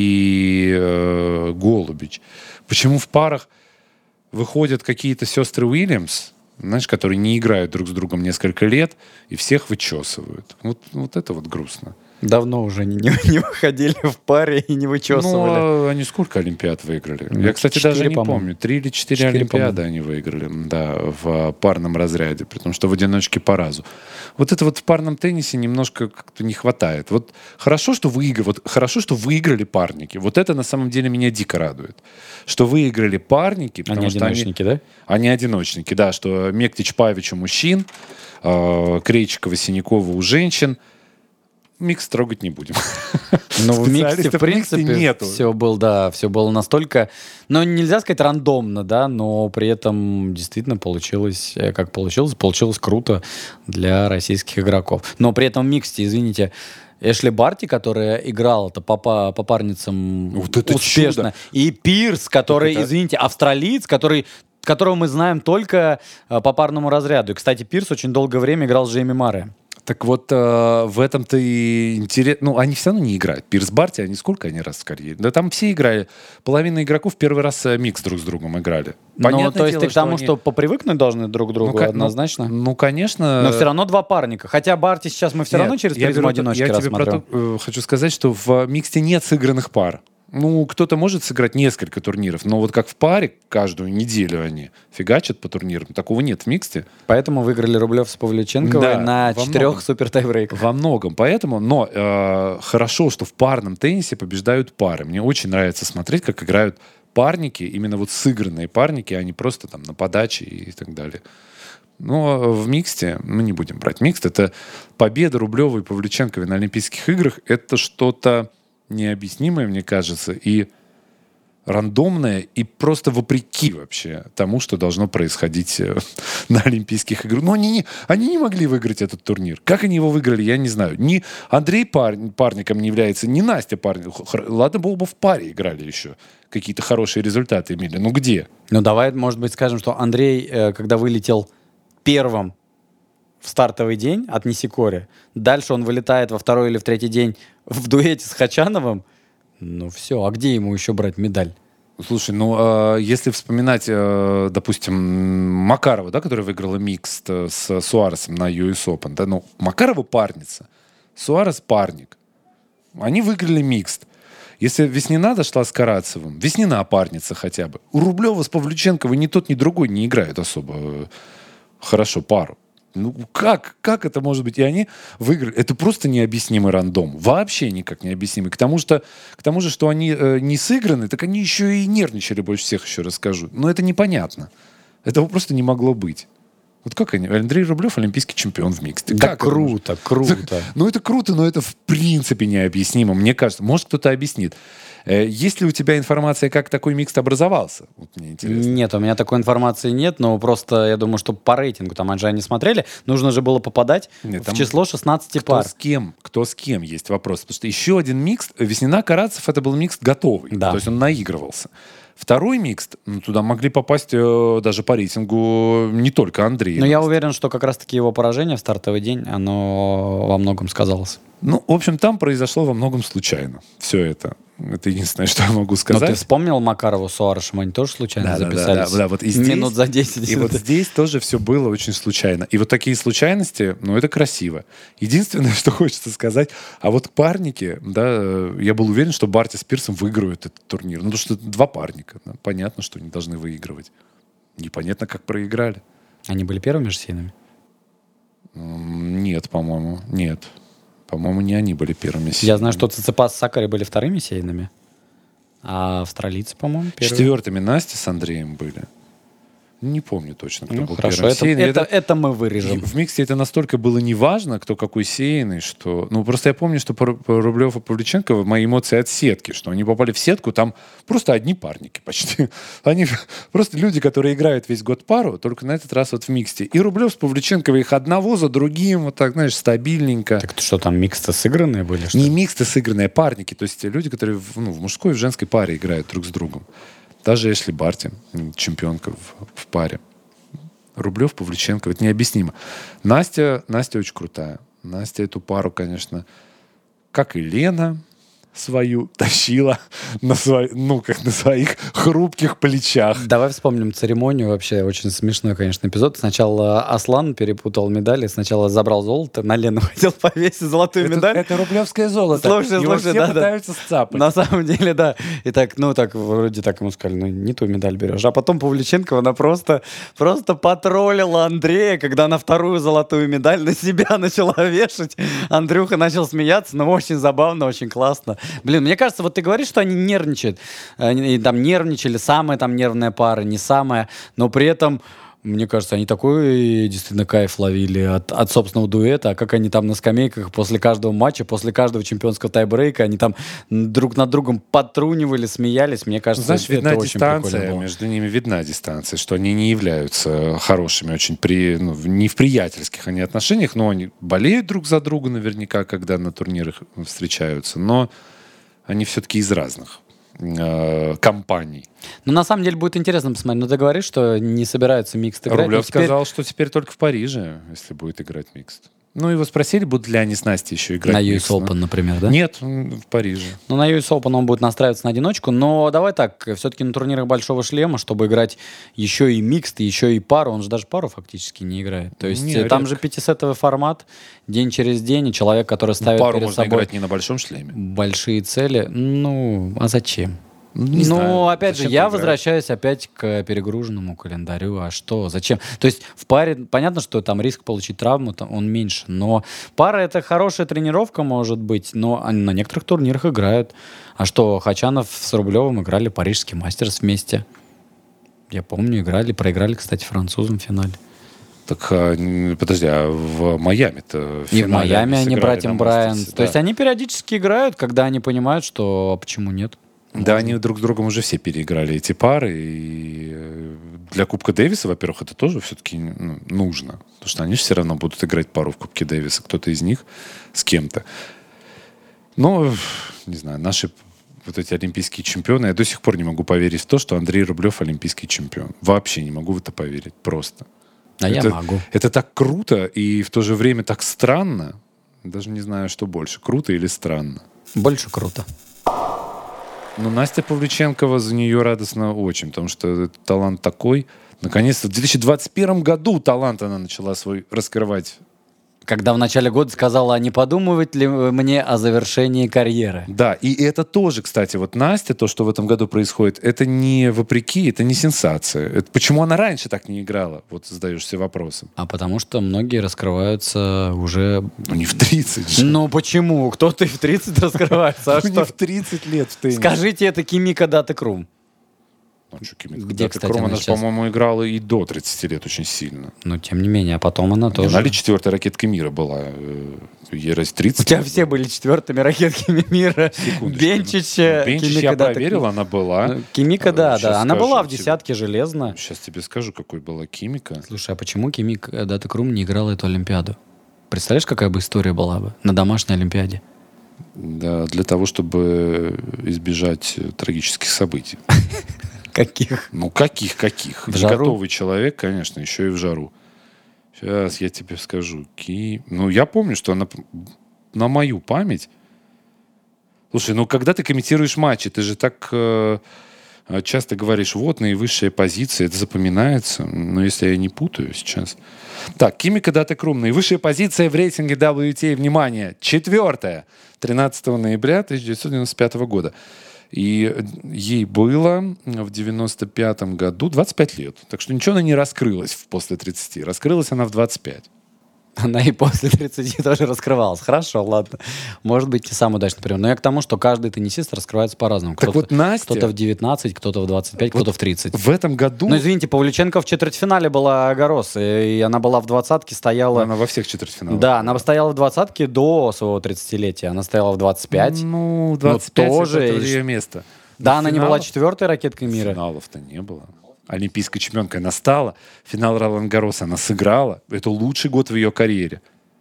и Голубич. Почему в парах выходят какие-то сестры Уильямс, знаешь, которые не играют друг с другом несколько лет, и всех вычесывают? Вот это вот грустно. Давно уже не выходили в паре и не вычесывали. Ну, они сколько Олимпиад выиграли? Я, кстати, 4, даже не по-моему. помню. 3 или 4 Олимпиады они выиграли, да, в парном разряде, при том, что в одиночке по разу. Вот это вот в парном теннисе немножко как-то не хватает. Вот хорошо, что выиграли парники. Вот это на самом деле меня дико радует. Что выиграли парники, потому Они что одиночники, да? Они одиночники, да, что Мектич Павич у мужчин, Крейчикова Синякова у женщин. Микс трогать не будем. Ну, в миксе, в принципе, нету. все было настолько, ну, нельзя сказать рандомно, да, но при этом действительно получилось, как получилось круто для российских игроков. Но при этом в миксе, извините, Эшли Барти, которая играла по парницам Вот это успешно, чудо. и Пирс, который, извините, австралиец, которого мы знаем только по парному разряду. И, кстати, Пирс очень долгое время играл с Джейми Марре. Так вот, в этом-то и интересно. Ну, они все равно не играют. Пирс Барти, они сколько они раз в карьере? Да там все играли. Половина игроков первый раз микс друг с другом играли. Ну, то есть ты к тому, что попривыкнуть должны друг к другу однозначно? Ну, конечно. Но все равно два парника. Хотя Барти сейчас мы все равно через призму одиночки рассматриваем. Я тебе хочу сказать, что в миксте нет сыгранных пар. Ну, кто-то может сыграть несколько турниров, но вот как в паре каждую неделю они фигачат по турнирам. Такого нет в миксте. Поэтому выиграли Рублев с Павлюченковой на 4 супер-тайбрейках. Во многом. Поэтому, но хорошо, что в парном теннисе побеждают пары. Мне очень нравится смотреть, как играют парники, именно вот сыгранные парники, а не просто там на подаче и так далее. Но в миксте, мы не будем брать микст, это победа Рублевой и Павлюченковой на Олимпийских играх. Это что-то необъяснимое, мне кажется, и рандомное, и просто вопреки вообще тому, что должно происходить на Олимпийских играх. Но они не могли выиграть этот турнир. Как они его выиграли, я не знаю. Ни Андрей парником не является, ни Настя парником. Ладно, было бы в паре играли еще. Какие-то хорошие результаты имели. Ну где? Ну давай, может быть, скажем, что Андрей, когда вылетел первым в стартовый день от Нисикори, дальше он вылетает во второй или в третий день в дуэте с Хачановым, ну все, а где ему еще брать медаль? Слушай, ну, если вспоминать, допустим, Макарова, да, которая выиграла микст с Суаресом на US Open, да, ну, Макарова парница, Суарес парник. Они выиграли микст. Если Веснина дошла с Карацевым, Веснина парница хотя бы. У Рублева с Павлюченковой ни тот, ни другой не играют особо хорошо пару. Ну, как это может быть? И они выиграли. Это просто необъяснимый рандом. Вообще никак не объяснимый. К тому же, что они не сыграны, так они еще и нервничали больше всех, еще расскажу. Но это непонятно. Этого просто не могло быть. Вот как они? Андрей Рублев — олимпийский чемпион в миксте. Да как круто. Ну, это круто, но это в принципе необъяснимо. Мне кажется, может, кто-то объяснит. Есть ли у тебя информация, как такой микс образовался? Вот мне интересно. Нет, у меня такой информации нет, но просто я думаю, что по рейтингу, там же они смотрели, нужно же было попадать в число 16 пар. Кто с кем есть вопрос. Потому что еще один микс, Веснина-Карацев, это был микс готовый. Да. То есть он наигрывался. Второй микс, туда могли попасть даже по рейтингу не только Андрей. Но я уверен, что как раз-таки его поражение в стартовый день, оно во многом сказалось. Ну, в общем, там произошло во многом случайно. Все это. Это единственное, что я могу Но сказать. ты вспомнил Макарову с Суарышем? Они тоже случайно записались? Да, вот и здесь, минут за 10. и вот здесь тоже все было очень случайно. И вот такие случайности, ну, это красиво. Единственное, что хочется сказать, а вот парники, да, я был уверен, что Барти с Пирсом выиграют этот турнир. Ну, потому что это два парника. Да, понятно, что они должны выигрывать. Непонятно, как проиграли. Они были первыми же сеянами? Нет, по-моему, нет. По-моему, не они были первыми. Я знаю, что Циципас с Сакари были вторыми сеянами, а австралийцы, по-моему, первыми. Четвертыми Настя с Андреем были. Не помню точно, кто Ну, был хорошо, первым сеянным. это мы вырежем. В миксте это настолько было неважно, кто какой сеянный, что... Ну, просто я помню, что по Рублев и Павлюченко мои эмоции от сетки, что они попали в сетку, там просто одни парники почти. Они просто люди, которые играют весь год пару, только на этот раз вот в миксте. И Рублев с Павлюченковой их одного за другим, вот так, знаешь, стабильненько. Так что там, миксты сыгранные были? Что Не ли? миксты сыгранные, а парники. То есть люди, которые в мужской и в женской паре играют друг с другом. Даже Эшли Барти, чемпионка в паре. Рублев, Павлюченко, это необъяснимо. Настя очень крутая. Настя эту пару, конечно, как и Лена свою тащила на своих хрупких плечах. Давай вспомним церемонию. Вообще очень смешной, конечно, эпизод. Сначала Аслан перепутал медали. Сначала забрал золото, на Лену хотел повесить золотую медаль. Это рублевское золото. Слушай, Его слушай, все да. пытаются сцапать. На самом деле, да. И так, вроде так ему сказали, ну, не ту медаль берешь. А потом Павлюченкова, она просто потроллила Андрея, когда она вторую золотую медаль на себя начала вешать. Андрюха начал смеяться, но очень забавно, очень классно. Блин, мне кажется, вот ты говоришь, что они нервничают. Они там нервничали, самая там нервная пара, не самая. Но при этом, мне кажется, они такой действительно кайф ловили от собственного дуэта. А как они там на скамейках после каждого матча, после каждого чемпионского тайбрейка, они там друг над другом подтрунивали, смеялись. Мне кажется, Знаешь, это видна очень прикольно дистанция, было. между ними видна дистанция, что они не являются хорошими очень не в приятельских они отношениях, но они болеют друг за друга наверняка, когда на турнирах встречаются, но они все-таки из разных компаний. Ну, на самом деле, будет интересно посмотреть. Но ты говоришь, что не собираются микс играть. Рублев но теперь- сказал, что теперь только в Париже, если будет играть микст. Ну, его спросили, будут ли они с Настей еще играть На микст. US Open, например, да? Нет, в Париже. Ну, на US Open он будет настраиваться на одиночку, но давай так, все-таки на турнирах Большого Шлема, чтобы играть еще и микст, еще и пару, он же даже пару фактически не играет. То есть Не, там редко. же пятисетовый формат, день через день, и человек, который ставит Пару перед можно собой играть не на большом шлеме. большие цели, ну, а зачем? Не знаю, Ну, опять же, зачем я поиграть? возвращаюсь опять к перегруженному календарю. А что? Зачем? То есть в паре, понятно, что там риск получить травму, там, он меньше. Но пара — это хорошая тренировка, может быть, но они на некоторых турнирах играют. А что, Хачанов с Рублевым играли парижский мастерс вместе. Я помню, проиграли, кстати, французам в финале. Так, подожди, а в Майами-то И в Майами они сыграли братьям на Брайан. Мастерсе, То есть они периодически играют, когда они понимают, что а почему нет. Да, они друг с другом уже все переиграли эти пары. И для Кубка Дэвиса, во-первых, это тоже все-таки нужно. Потому что они же все равно будут играть пару в Кубке Дэвиса. Кто-то из них с кем-то. Но, не знаю, наши вот эти олимпийские чемпионы, я до сих пор не могу поверить в то, что Андрей Рублев олимпийский чемпион. Вообще не могу в это поверить. Просто. А я могу. Это так круто и в то же время так странно. Даже не знаю, что больше. Круто или странно. Больше круто. Ну, Настя Павлюченкова, за нее радостно очень, потому что талант такой. Наконец-то в 2021 году талант она начала свой раскрывать. Когда в начале года сказала, а не подумывать ли мне о завершении карьеры? Да, и это тоже, кстати, вот Настя, то, что в этом году происходит, это не вопреки, это не сенсация. Это почему она раньше так не играла? Вот задаешься вопросом. А потому что многие раскрываются уже... Ну, не в 30 же. Ну почему? Кто-то и в 30 раскрывается. А Ну, не что? в 30 лет в теннисе. Скажите, это Кимика Дата Крум. Ну, что, Кимика Где, Дата кстати, Крум, она она же, сейчас? по-моему, играла и до 30 лет очень сильно. Но тем не менее, а потом она тоже... Она ли четвертая ракетка мира была? Ей раз 30. У тебя все были четвертыми ракетками мира. Секундочку. Бенчич, Бенчич я Кимика Дата проверил, Крум. она была. Кимика, да. Сейчас Она скажу была в тебе. десятке железно. Сейчас тебе скажу, какой была Кимика. Слушай, а почему Кимика Дата Крум не играла эту Олимпиаду? Представляешь, какая бы история была бы на домашней Олимпиаде? Да, для того, чтобы избежать трагических событий. Каких? Ну, каких? В Не жару? готовый человек, конечно, еще и в жару. Сейчас я тебе скажу. Ну, я помню, что она на мою память... Слушай, ну когда ты комментируешь матчи, ты же так часто говоришь, вот, наивысшая позиция, это запоминается. Но если я не путаю сейчас... Так, Кимика Датекрум, наивысшая позиция в рейтинге WTA, внимание, 4-я, 13 ноября 1995 года. И ей было в 95-м году 25 лет. Так что ничего она не раскрылась после 30. Раскрылась она в 25. Она и после 30 тоже раскрывалась. Хорошо, ладно. Может быть, не самый удачный пример. Но я к тому, что каждый теннисист раскрывается по-разному. Так вот Настя... Кто-то в 19, кто-то в 25, вот кто-то в 30. В этом году... Ну, извините, Павлюченко в четвертьфинале была Огорос, и она была в двадцатке, стояла... Она во всех четвертьфиналах. Да, она стояла в двадцатке до своего 30-летия. Она стояла в 25. Ну, 25 тоже... это ее место. Да, Но она не была четвертой ракеткой мира. Финалов-то не было. Олимпийской чемпионкой она стала. Финал Ролан-Гарроса она сыграла. Это лучший год в ее карьере.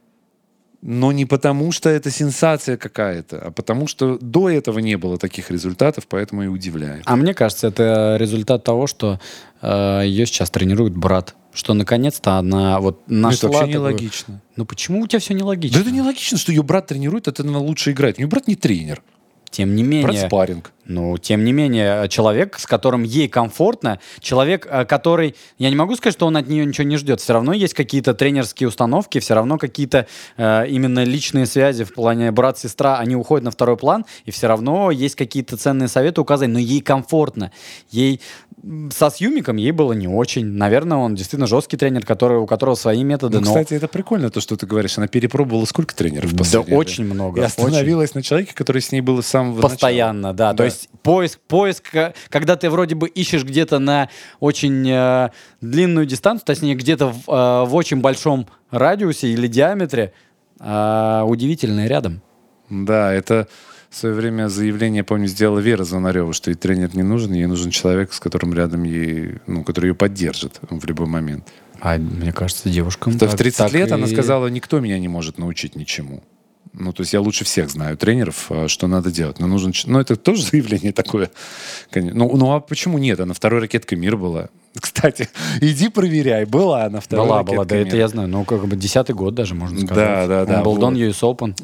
Но не потому, что это сенсация какая-то, а потому, что до этого не было таких результатов, поэтому и удивляет. А мне кажется, это результат того, что ее сейчас тренирует брат. Что наконец-то она вот нашла... Это вообще такую... нелогично. Ну почему у тебя все нелогично? Да это нелогично, что ее брат тренирует, это она лучше играет. У нее брат не тренер. Тем не менее... Брат спарринг. Ну, тем не менее, человек, с которым ей комфортно, человек, который... Я не могу сказать, что он от нее ничего не ждет. Все равно есть какие-то тренерские установки, все равно какие-то именно личные связи в плане брат-сестра, они уходят на второй план, и все равно есть какие-то ценные советы, указания, но ей комфортно. Ей... Со Сьюмиком ей было не очень. Наверное, он действительно жесткий тренер, у которого свои методы. Ну, кстати, это прикольно, то, что ты говоришь. Она перепробовала сколько тренеров в последнее время? очень много. И остановилась на человеке, который с ней был с самого Постоянно, начала. да. То есть поиск, когда ты вроде бы ищешь где-то на очень длинную дистанцию, точнее, где-то в очень большом радиусе или диаметре, удивительное рядом. Да, это... В свое время заявление, помню, сделала Вера Звонарева, что ей тренер не нужен, ей нужен человек, с которым рядом ей, который ее поддержит в любой момент. А мне кажется, девушкам... В 30 лет она сказала, никто меня не может научить ничему. Ну, то есть я лучше всех знаю тренеров, что надо делать. Но нужен... Ну, это тоже заявление такое. Ну, а почему нет? Она второй ракеткой мира была. Кстати, иди проверяй. Была она второй ракеткой Была, да, мира. это я знаю. Ну, как бы 10-й год даже, можно сказать. Да. Уимблдон, US Open.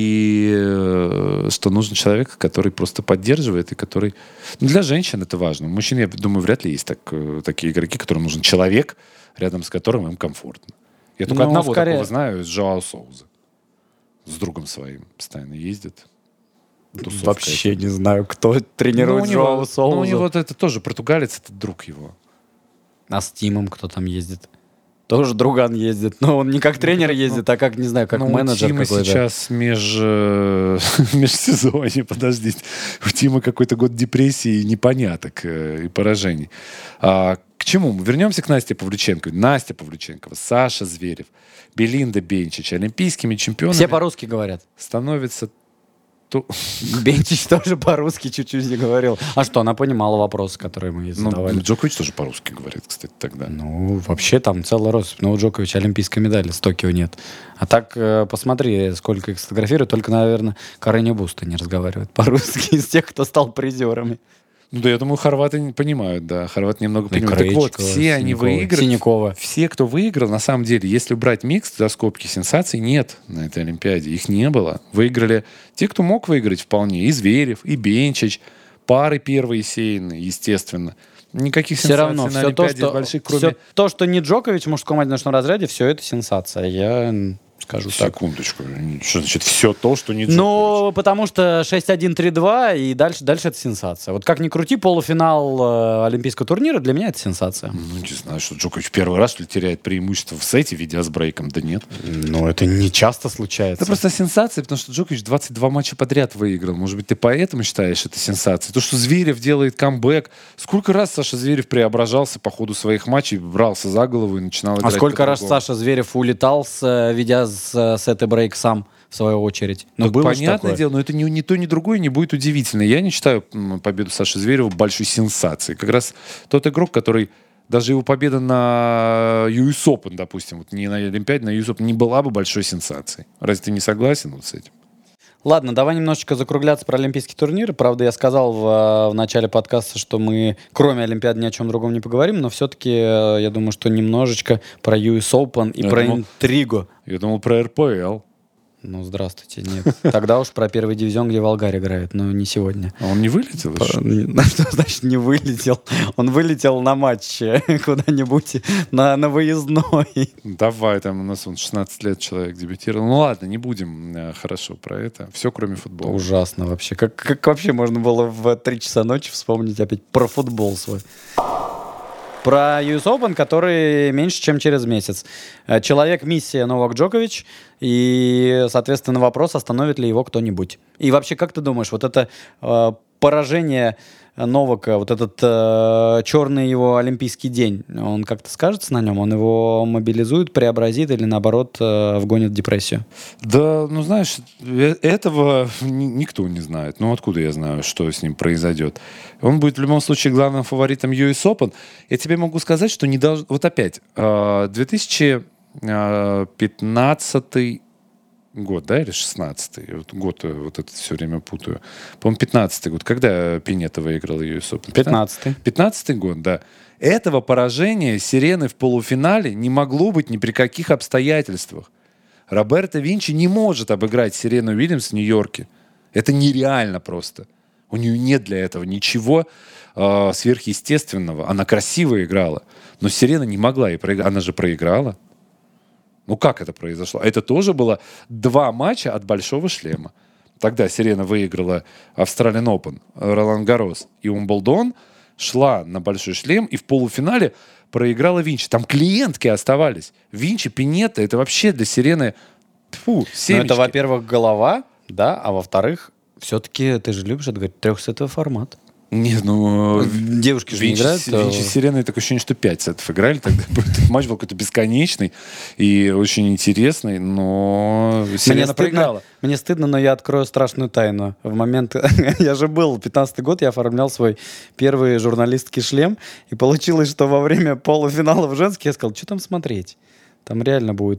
И что нужен человек, который просто поддерживает, и который... Ну, для женщин это важно. У мужчин, я думаю, вряд ли есть такие игроки, которым нужен человек, рядом с которым им комфортно. Я только одного такого знаю, Жоао Соуза. С другом своим постоянно ездит. Тусовка Вообще это. не знаю, кто тренирует Жоао Соуза. Ну, у него это тоже португалец, это друг его. А с Тимом кто там ездит? Тоже друган ездит. Но он не как тренер ездит, а как, не знаю, как менеджер у Тима какой-то. сейчас межсезонье, подождите. У Тима какой-то год депрессии, непоняток и поражений. К чему? Мы вернемся к Насте Павлюченко. Настя Павлюченкова, Саша Зверев, Белинда Бенчич, олимпийскими чемпионами. Все по-русски говорят. Становится... Бенчич тоже по-русски чуть-чуть не говорил. А что, она понимала вопросы, которые мы ей задавали? Ну, Джокович тоже по-русски говорит, кстати, тогда. Ну, вообще там целый россыпь. Но у Джоковича олимпийской медали с Токио нет. А так, посмотри, сколько их сфотографируют. Только, наверное, Кареня Буста не разговаривает по-русски из тех, кто стал призерами. Ну да, я думаю, хорваты понимают, да. Хорваты немного понимают. Так вот, все они выиграли. Синякова. Все, кто выиграл, на самом деле, если убрать микс, за скобки сенсаций, нет на этой Олимпиаде. Их не было. Выиграли те, кто мог выиграть вполне. И Зверев, и Бенчич. Пары первые сеянные, естественно. Никаких Все сенсаций равно, на все Олимпиаде то, больших, кроме... все то, что не Джокович в мужском одиночном разряде, все это сенсация. Я скажу так. Секундочку. Что значит все то, что не Джокович? Ну, потому что 6-1-3-2, и дальше это сенсация. Вот как ни крути, полуфинал олимпийского турнира для меня это сенсация. Ну, не знаю, что Джокович первый раз, что ли, теряет преимущество в сете, ведя с брейком. Да нет. Ну, это не часто случается. Это просто сенсация, потому что Джокович 22 матча подряд выиграл. Может быть, ты поэтому считаешь это сенсацией? То, что Зверев делает камбэк. Сколько раз Саша Зверев преображался по ходу своих матчей, брался за голову и начинал играть. А сколько раз по-другому? Саша Зверев улетал, ведя с сета брейк сам, в свою очередь? Ну, было понятное дело, но это ни то, ни другое не будет удивительно. Я не считаю победу Саши Зверева большой сенсацией. Как раз тот игрок, который... Даже его победа на US Open, допустим, вот не на Олимпиаде, на US Open, не была бы большой сенсацией. Разве ты не согласен вот с этим? Ладно, давай немножечко закругляться про олимпийские турниры. Правда, я сказал в начале подкаста, что мы, кроме Олимпиады, ни о чем другом не поговорим, но все-таки я думаю, что немножечко про US Open и про интригу. Я думал про РПЛ. Ну, здравствуйте, нет. Тогда уж про первый дивизион, где Волгарь играет, но не сегодня. А он не вылетел? Что значит не вылетел? Он вылетел на матче куда-нибудь на выездной. Давай, там у нас 16 лет человек дебютировал. Ну ладно, не будем хорошо про это. Все, кроме футбола. Ужасно вообще. Как вообще можно было в 3 часа ночи вспомнить опять про футбол свой? Про US Open, который меньше, чем через месяц. Человек-миссия Новак Джокович. И, соответственно, вопрос, остановит ли его кто-нибудь. И вообще, как ты думаешь, вот это поражение Новака, вот этот черный его олимпийский день, он как-то скажется на нем? Он его мобилизует, преобразит или, наоборот, вгонит в депрессию? Да, ну знаешь, этого никто не знает. Ну откуда я знаю, что с ним произойдет? Он будет в любом случае главным фаворитом US Open. Я тебе могу сказать, что не должен... Вот опять, 2015 год, да, или 16-й? Вот год вот это все время путаю. По-моему, 15-й год. Когда Пинета выиграл US Open? 15-й. 15-й год, да. Этого поражения Сирены в полуфинале не могло быть ни при каких обстоятельствах. Роберто Винчи не может обыграть Сирену Уильямс в Нью-Йорке. Это нереально просто. У нее нет для этого ничего сверхъестественного. Она красиво играла. Но Сирена не могла и проиграть. Она же проиграла. Ну как это произошло? Это тоже было 2 матча от большого шлема. Тогда Сирена выиграла Australian Open, Ролан Гаррос и Умблдон, шла на большой шлем и в полуфинале проиграла Винчи. Там клиентки оставались. Винчи, Пинетта, это вообще для Сирены семечки. Ну, это, во-первых, голова, да, а во-вторых, все-таки ты же любишь, это говорит, 3-сетовый формат. Нет, ну... Девушки же не играют. Винчи с Сиреной такое ощущение, что 5 сетов играли. Тогда этот матч был какой-то бесконечный и очень интересный, но Сирена проиграла. Мне стыдно, но я открою страшную тайну. В момент... Я же был, 15-й год, я оформлял свой первый журналистский шлем, и получилось, что во время полуфиналов женских я сказал, что там смотреть? Там реально будет,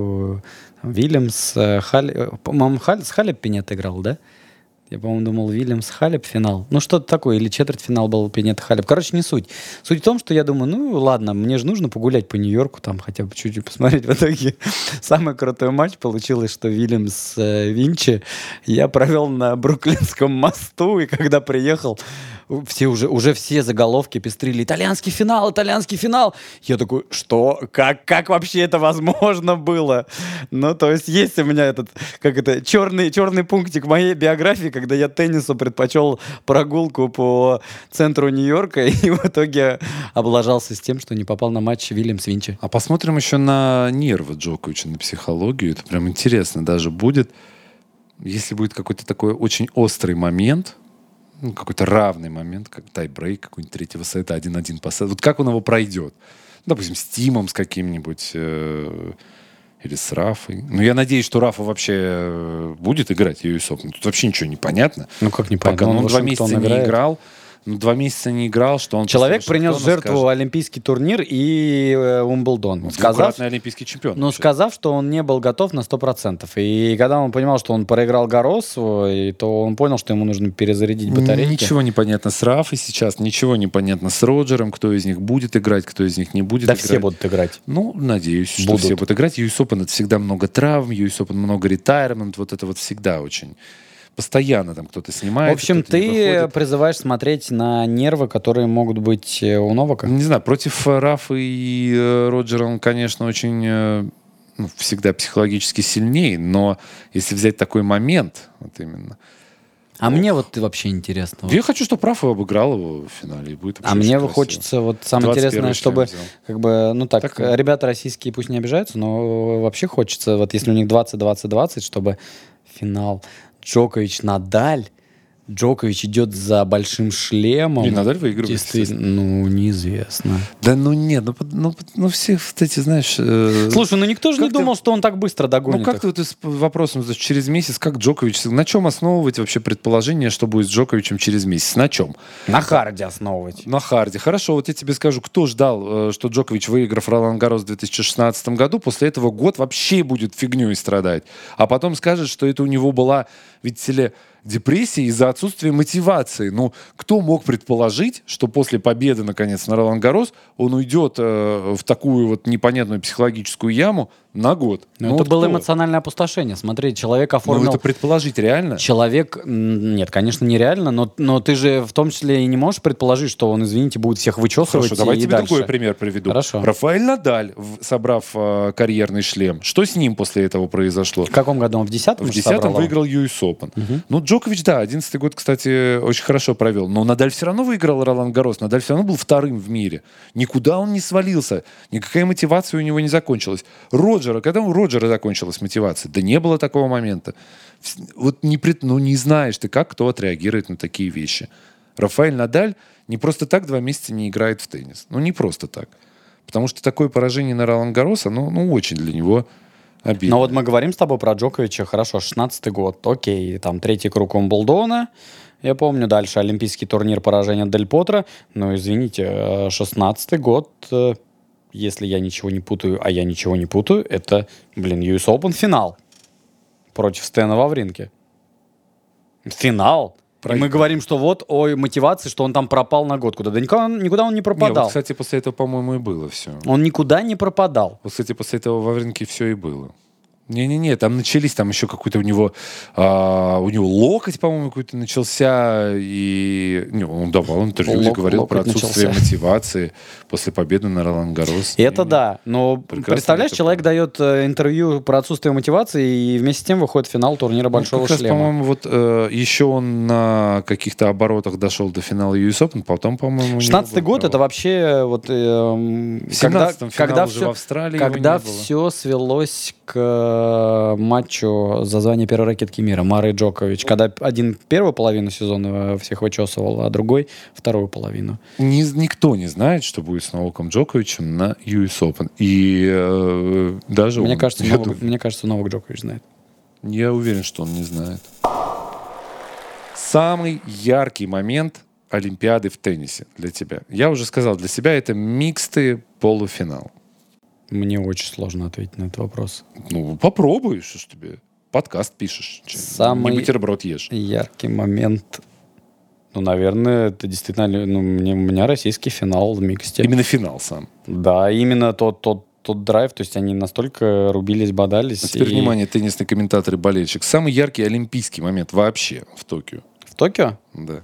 Вильямс, по-моему, с Халеп Пинетта играл, да? Я, по-моему, думал, Вильямс, Халеп финал. Ну, что-то такое. Или четвертьфинал был Пинетта, Халеп. Короче, не суть. Суть в том, что я думаю, ладно, мне же нужно погулять по Нью-Йорку, там хотя бы чуть-чуть посмотреть. В итоге самый крутой матч получилось, что Вильямс Винчи я провел на Бруклинском мосту, и когда приехал, все уже все заголовки пестрили. Итальянский финал, итальянский финал. Я такой, что? Как вообще это возможно было? Ну, то есть у меня этот, черный пунктик моей биографии, когда я теннису предпочел прогулку по центру Нью-Йорка и в итоге облажался с тем, что не попал на матч Вильямс-Винчи. А посмотрим еще на нервы Джоковича, на психологию. Это прям интересно даже будет. Если будет какой-то такой очень острый момент, какой-то равный момент, как тайбрейк какой-нибудь третьего сета, 1-1 по сету. Вот как он его пройдет? Допустим, с Тимом, с каким-нибудь... Или с Рафой. Ну, я надеюсь, что Рафа вообще будет играть US Open. Тут вообще ничего не понятно. Ну, как не понятно? Пока он 2 месяца не играл. 2 месяца не играл, что он... Человек принес в жертву олимпийский турнир и Умблдон. Двукратный олимпийский чемпион. Но сказав, что он не был готов на 100%. И когда он понимал, что он проиграл Гарросу, то он понял, что ему нужно перезарядить батарейки. Ничего не понятно с Рафой сейчас, ничего не понятно с Роджером, кто из них будет играть, кто из них не будет играть. Да все будут играть. Ну, надеюсь, что все будут играть. US Open — это всегда много травм, US Open много ретайрмент, вот это вот всегда очень... Постоянно там кто-то снимает. В общем, ты призываешь смотреть на нервы, которые могут быть у Новака? Не знаю, против Рафа и Роджера он, конечно, очень всегда психологически сильнее, но если взять такой момент, вот именно... А мне вот вообще интересно. Я хочу, чтобы Рафа обыграл его в финале. Будет мне хочется, вот самое интересное, чтобы, ребята российские пусть не обижаются, но вообще хочется, вот если у них 20-20-20, чтобы финал Джокович, Надаль. Джокович идет за большим шлемом. И Надаль выигрывает. Неизвестно. Да нет, все эти, знаешь... Слушай, никто же не думал, что он так быстро догонит. Как ты вот с вопросом через месяц, как Джокович... На чем основывать вообще предположение, что будет с Джоковичем через месяц? На чем? На харде основывать. На харде. Хорошо, вот я тебе скажу, кто ждал, что Джокович, выиграв Ролан Гаррос в 2016 году, после этого год вообще будет фигней страдать. А потом скажет, что это у него была, видите ли, депрессии из-за отсутствия мотивации. Ну, кто мог предположить, что после победы, наконец, на Ролан Гаррос он уйдет в такую вот непонятную психологическую яму? на год. Ну, Ну, это вот было кто? эмоциональное опустошение. Смотри, человек Ну, оформил... это предположить реально? Нет, конечно, нереально, но ты же в том числе и не можешь предположить, что он, извините, будет всех вычесывать Хорошо, давай и тебе дальше. другой пример приведу. Хорошо. Рафаэль Надаль, собрав карьерный шлем, что с ним после этого произошло? В каком году он? В 10-м? В 10-м выиграл US Open. Ну, Джокович, да, 11-й год, кстати, очень хорошо провел. Но Надаль все равно выиграл Ролан Гаррос. Надаль все равно был вторым в мире. Никуда он не свалился. Никакая мотивация у него не закончилась. Когда у Роджера закончилась мотивация? Да не было такого момента. Вот не знаешь ты, как кто отреагирует на такие вещи. Рафаэль Надаль не просто так 2 месяца не играет в теннис. Ну, не просто так. Потому что такое поражение на Ролан Гарроса, ну, очень для него обидно. Но вот мы говорим с тобой про Джоковича, хорошо, 16-й год, окей, там 3-й круг Умблдона, я помню, дальше олимпийский турнир, поражение Дель Потро, но, извините, 16-й год, если я ничего не путаю, а я ничего не путаю, это, US Open финал против Стэна Вавринки. Финал. И мы говорим, что вот о мотивации, что он там пропал на год куда. Да никуда он не Не, пропадал. вот, кстати, после этого, по-моему, и было все. Он никуда не пропадал. Вот, кстати, после этого во Вавринке все и было. Не-не-не, там начались, там еще какой-то у него локоть, по-моему, какой-то начался, и он давал интервью, где говорил про Локоть отсутствие начался. мотивации после победы на Ролан Гаррос. Это да, но Прекрасно представляешь, это человек дает интервью про отсутствие мотивации и вместе с тем выходит в финал турнира Большого как раз, шлема. по-моему, вот еще он на каких-то оборотах дошел до финала US Open, потом, по-моему, 16-й год это вообще вот В 17-м финал уже в Австралии его когда не было. все свелось к матчу за звание первой ракетки мира Мары Джокович, когда один первую половину сезона всех вычесывал, а другой вторую половину. Никто не знает, что будет с Новаком Джоковичем на US Open. И даже Мне он, кажется, я думаю, мне кажется, Новак Джокович знает. я уверен, что он не знает. Самый яркий момент Олимпиады в теннисе для тебя. Я уже сказал, для себя это микстый полуфинал. Мне очень сложно ответить на этот вопрос. Ну, попробуй, что ж тебе. Подкаст пишешь. Самый- Не бутерброд ешь. Яркий момент. Ну, наверное, это действительно у меня российский финал в миксте. Именно финал сам. Да, именно тот драйв, то есть они настолько рубились, бодались. А теперь, и- внимание, теннисный комментатор и болельщик. Самый яркий олимпийский момент вообще в Токио. В Токио? Да.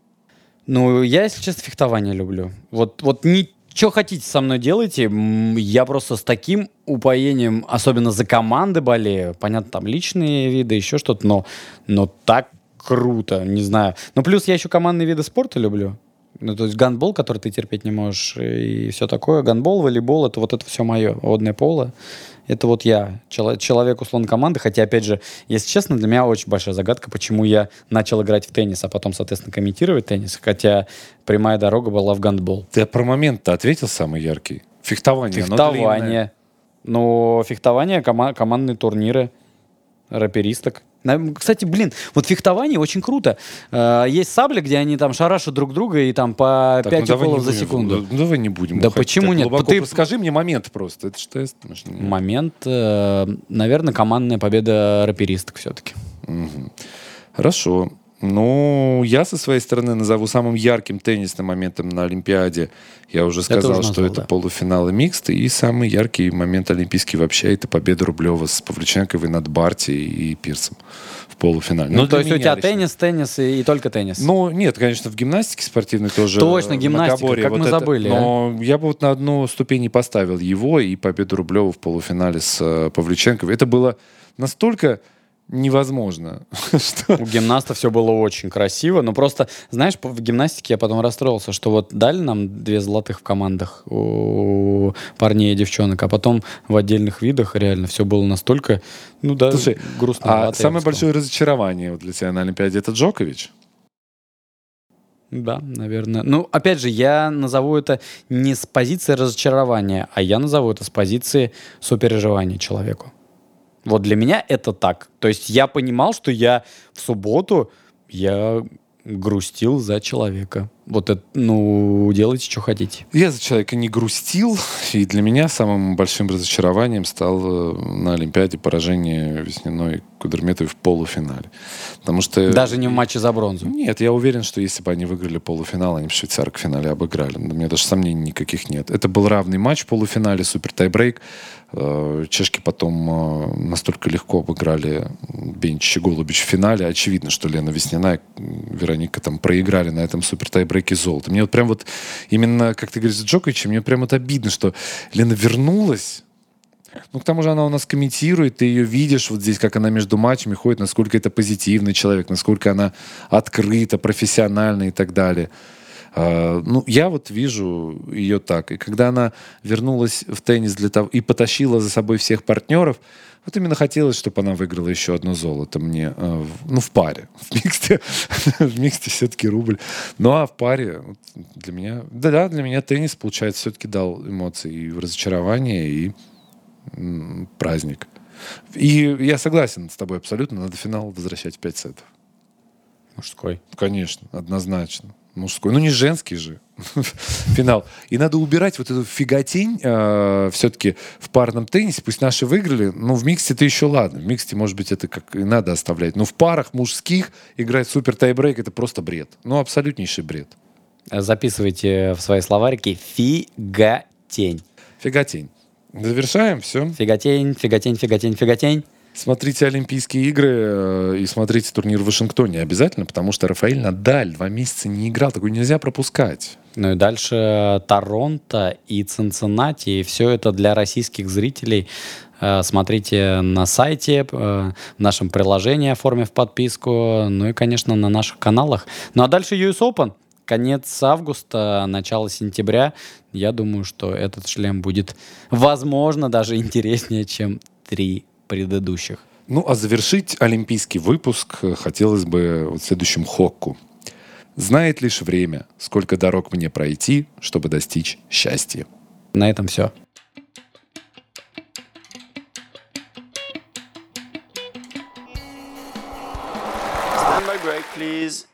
Ну, я, если честно, фехтование люблю. Вот что хотите со мной делайте, я просто с таким упоением, особенно за команды болею. Понятно, там личные виды, еще что-то, но так круто, не знаю. Ну, плюс я еще командные виды спорта люблю. Ну, то есть гандбол, который ты терпеть не можешь, и все такое. Гандбол, волейбол, это все мое. Водное поло. Это вот я, человек, условно, команды. Хотя, опять же, если честно, для меня очень большая загадка, почему я начал играть в теннис, а потом, соответственно, комментировать теннис. Хотя прямая дорога была в гандбол. Ты про момент-то ответил самый яркий? Фехтование. оно длинное. Фехтование. Но фехтование, командные турниры, раперисток. Кстати, вот фехтование очень круто. Есть сабли, где они там шарашат друг друга и там по Так, 5 давай не уколов за будем, секунду. давай не будем. Да уходить почему так нет? глубоко. Ты- Расскажи мне момент просто. Это что я... Момент, наверное, командная победа раперисток все-таки. Мгм. Хорошо. Ну, я со своей стороны назову самым ярким теннисным моментом на Олимпиаде. Я уже сказал, уже что назвал, это да. полуфиналы миксты. И самый яркий момент олимпийский вообще это победа Рублева с Павлюченковой над Барти и Пирсом в полуфинале. Ну, Но то для есть у меня тебя лично. теннис и только теннис. Ну, нет, конечно, в гимнастике спортивной тоже. Точно, гимнастика, многоборье. как мы забыли, Но я бы вот на одну ступень не поставил его и победу Рублева в полуфинале с Павлюченковой. Это было настолько невозможно, что... У гимнаста все было очень красиво, но просто, знаешь, в гимнастике я потом расстроился, что вот дали нам 2 золотых в командах у парней и девчонок, а потом в отдельных видах реально все было настолько, Слушай, грустно. а самое большое разочарование вот для тебя на Олимпиаде это Джокович? Да, наверное. Ну, опять же, я назову это не с позиции разочарования, а я назову это с позиции сопереживания человеку. Вот для меня это так. То есть я понимал, что я в субботу грустил за человека. Вот это, ну, делайте, что хотите. Я за человека не грустил, и для меня самым большим разочарованием стало на Олимпиаде поражение Весниной Кудерметовой в полуфинале. Потому что... Даже не в матче за бронзу. Нет, я уверен, что если бы они выиграли полуфинал, они бы швейцарок в финале обыграли. У меня даже сомнений никаких нет. Это был равный матч в полуфинале, супер тайбрейк. Чешки потом настолько легко обыграли Бенчич и Голубич в финале. Очевидно, что Лена Весняна и Вероника там проиграли на этом супер тайбрейке золото. Мне вот прям вот именно, как ты говоришь, с Джоковичем, мне прям вот обидно, что Лена вернулась. Ну, к тому же она у нас комментирует, ты ее видишь вот здесь, как она между матчами ходит, насколько это позитивный человек, насколько она открыта, профессиональна и так далее. Ну, я вот вижу ее так. И когда она вернулась в теннис для того и потащила за собой всех партнеров, вот именно хотелось, чтобы она выиграла еще одно золото мне. В паре. В миксте все-таки рубль. Ну, а в паре вот, для меня... Да, для меня теннис, получается, все-таки дал эмоции и разочарование, и праздник. И я согласен с тобой абсолютно. Надо финал возвращать в 5 сетов. Мужской. Конечно, однозначно. Мужской. Ну, не женский же финал. И надо убирать вот эту фиготень все-таки в парном теннисе. Пусть наши выиграли, но в миксте-то еще ладно. В миксте, может быть, это как и надо оставлять. Но в парах мужских играть супер тайбрейк — это просто бред. Ну, абсолютнейший бред. Записывайте в свои словарики фиготень. Фиготень. Завершаем, все. Фиготень, фиготень, фиготень, фиготень. Смотрите Олимпийские игры и смотрите турнир в Вашингтоне обязательно, потому что Рафаэль Надаль 2 месяца не играл. Такой нельзя пропускать. Ну и дальше Торонто и Цинциннати. И все это для российских зрителей. Смотрите на сайте, в нашем приложении, оформив подписку. Ну и, конечно, на наших каналах. Ну а дальше US Open. Конец августа, начало сентября. Я думаю, что этот шлем будет, возможно, даже интереснее, чем 3 предыдущих. Ну, а завершить олимпийский выпуск хотелось бы вот следующим хокку. Знает лишь время, сколько дорог мне пройти, чтобы достичь счастья. На этом все. Stand by break, please.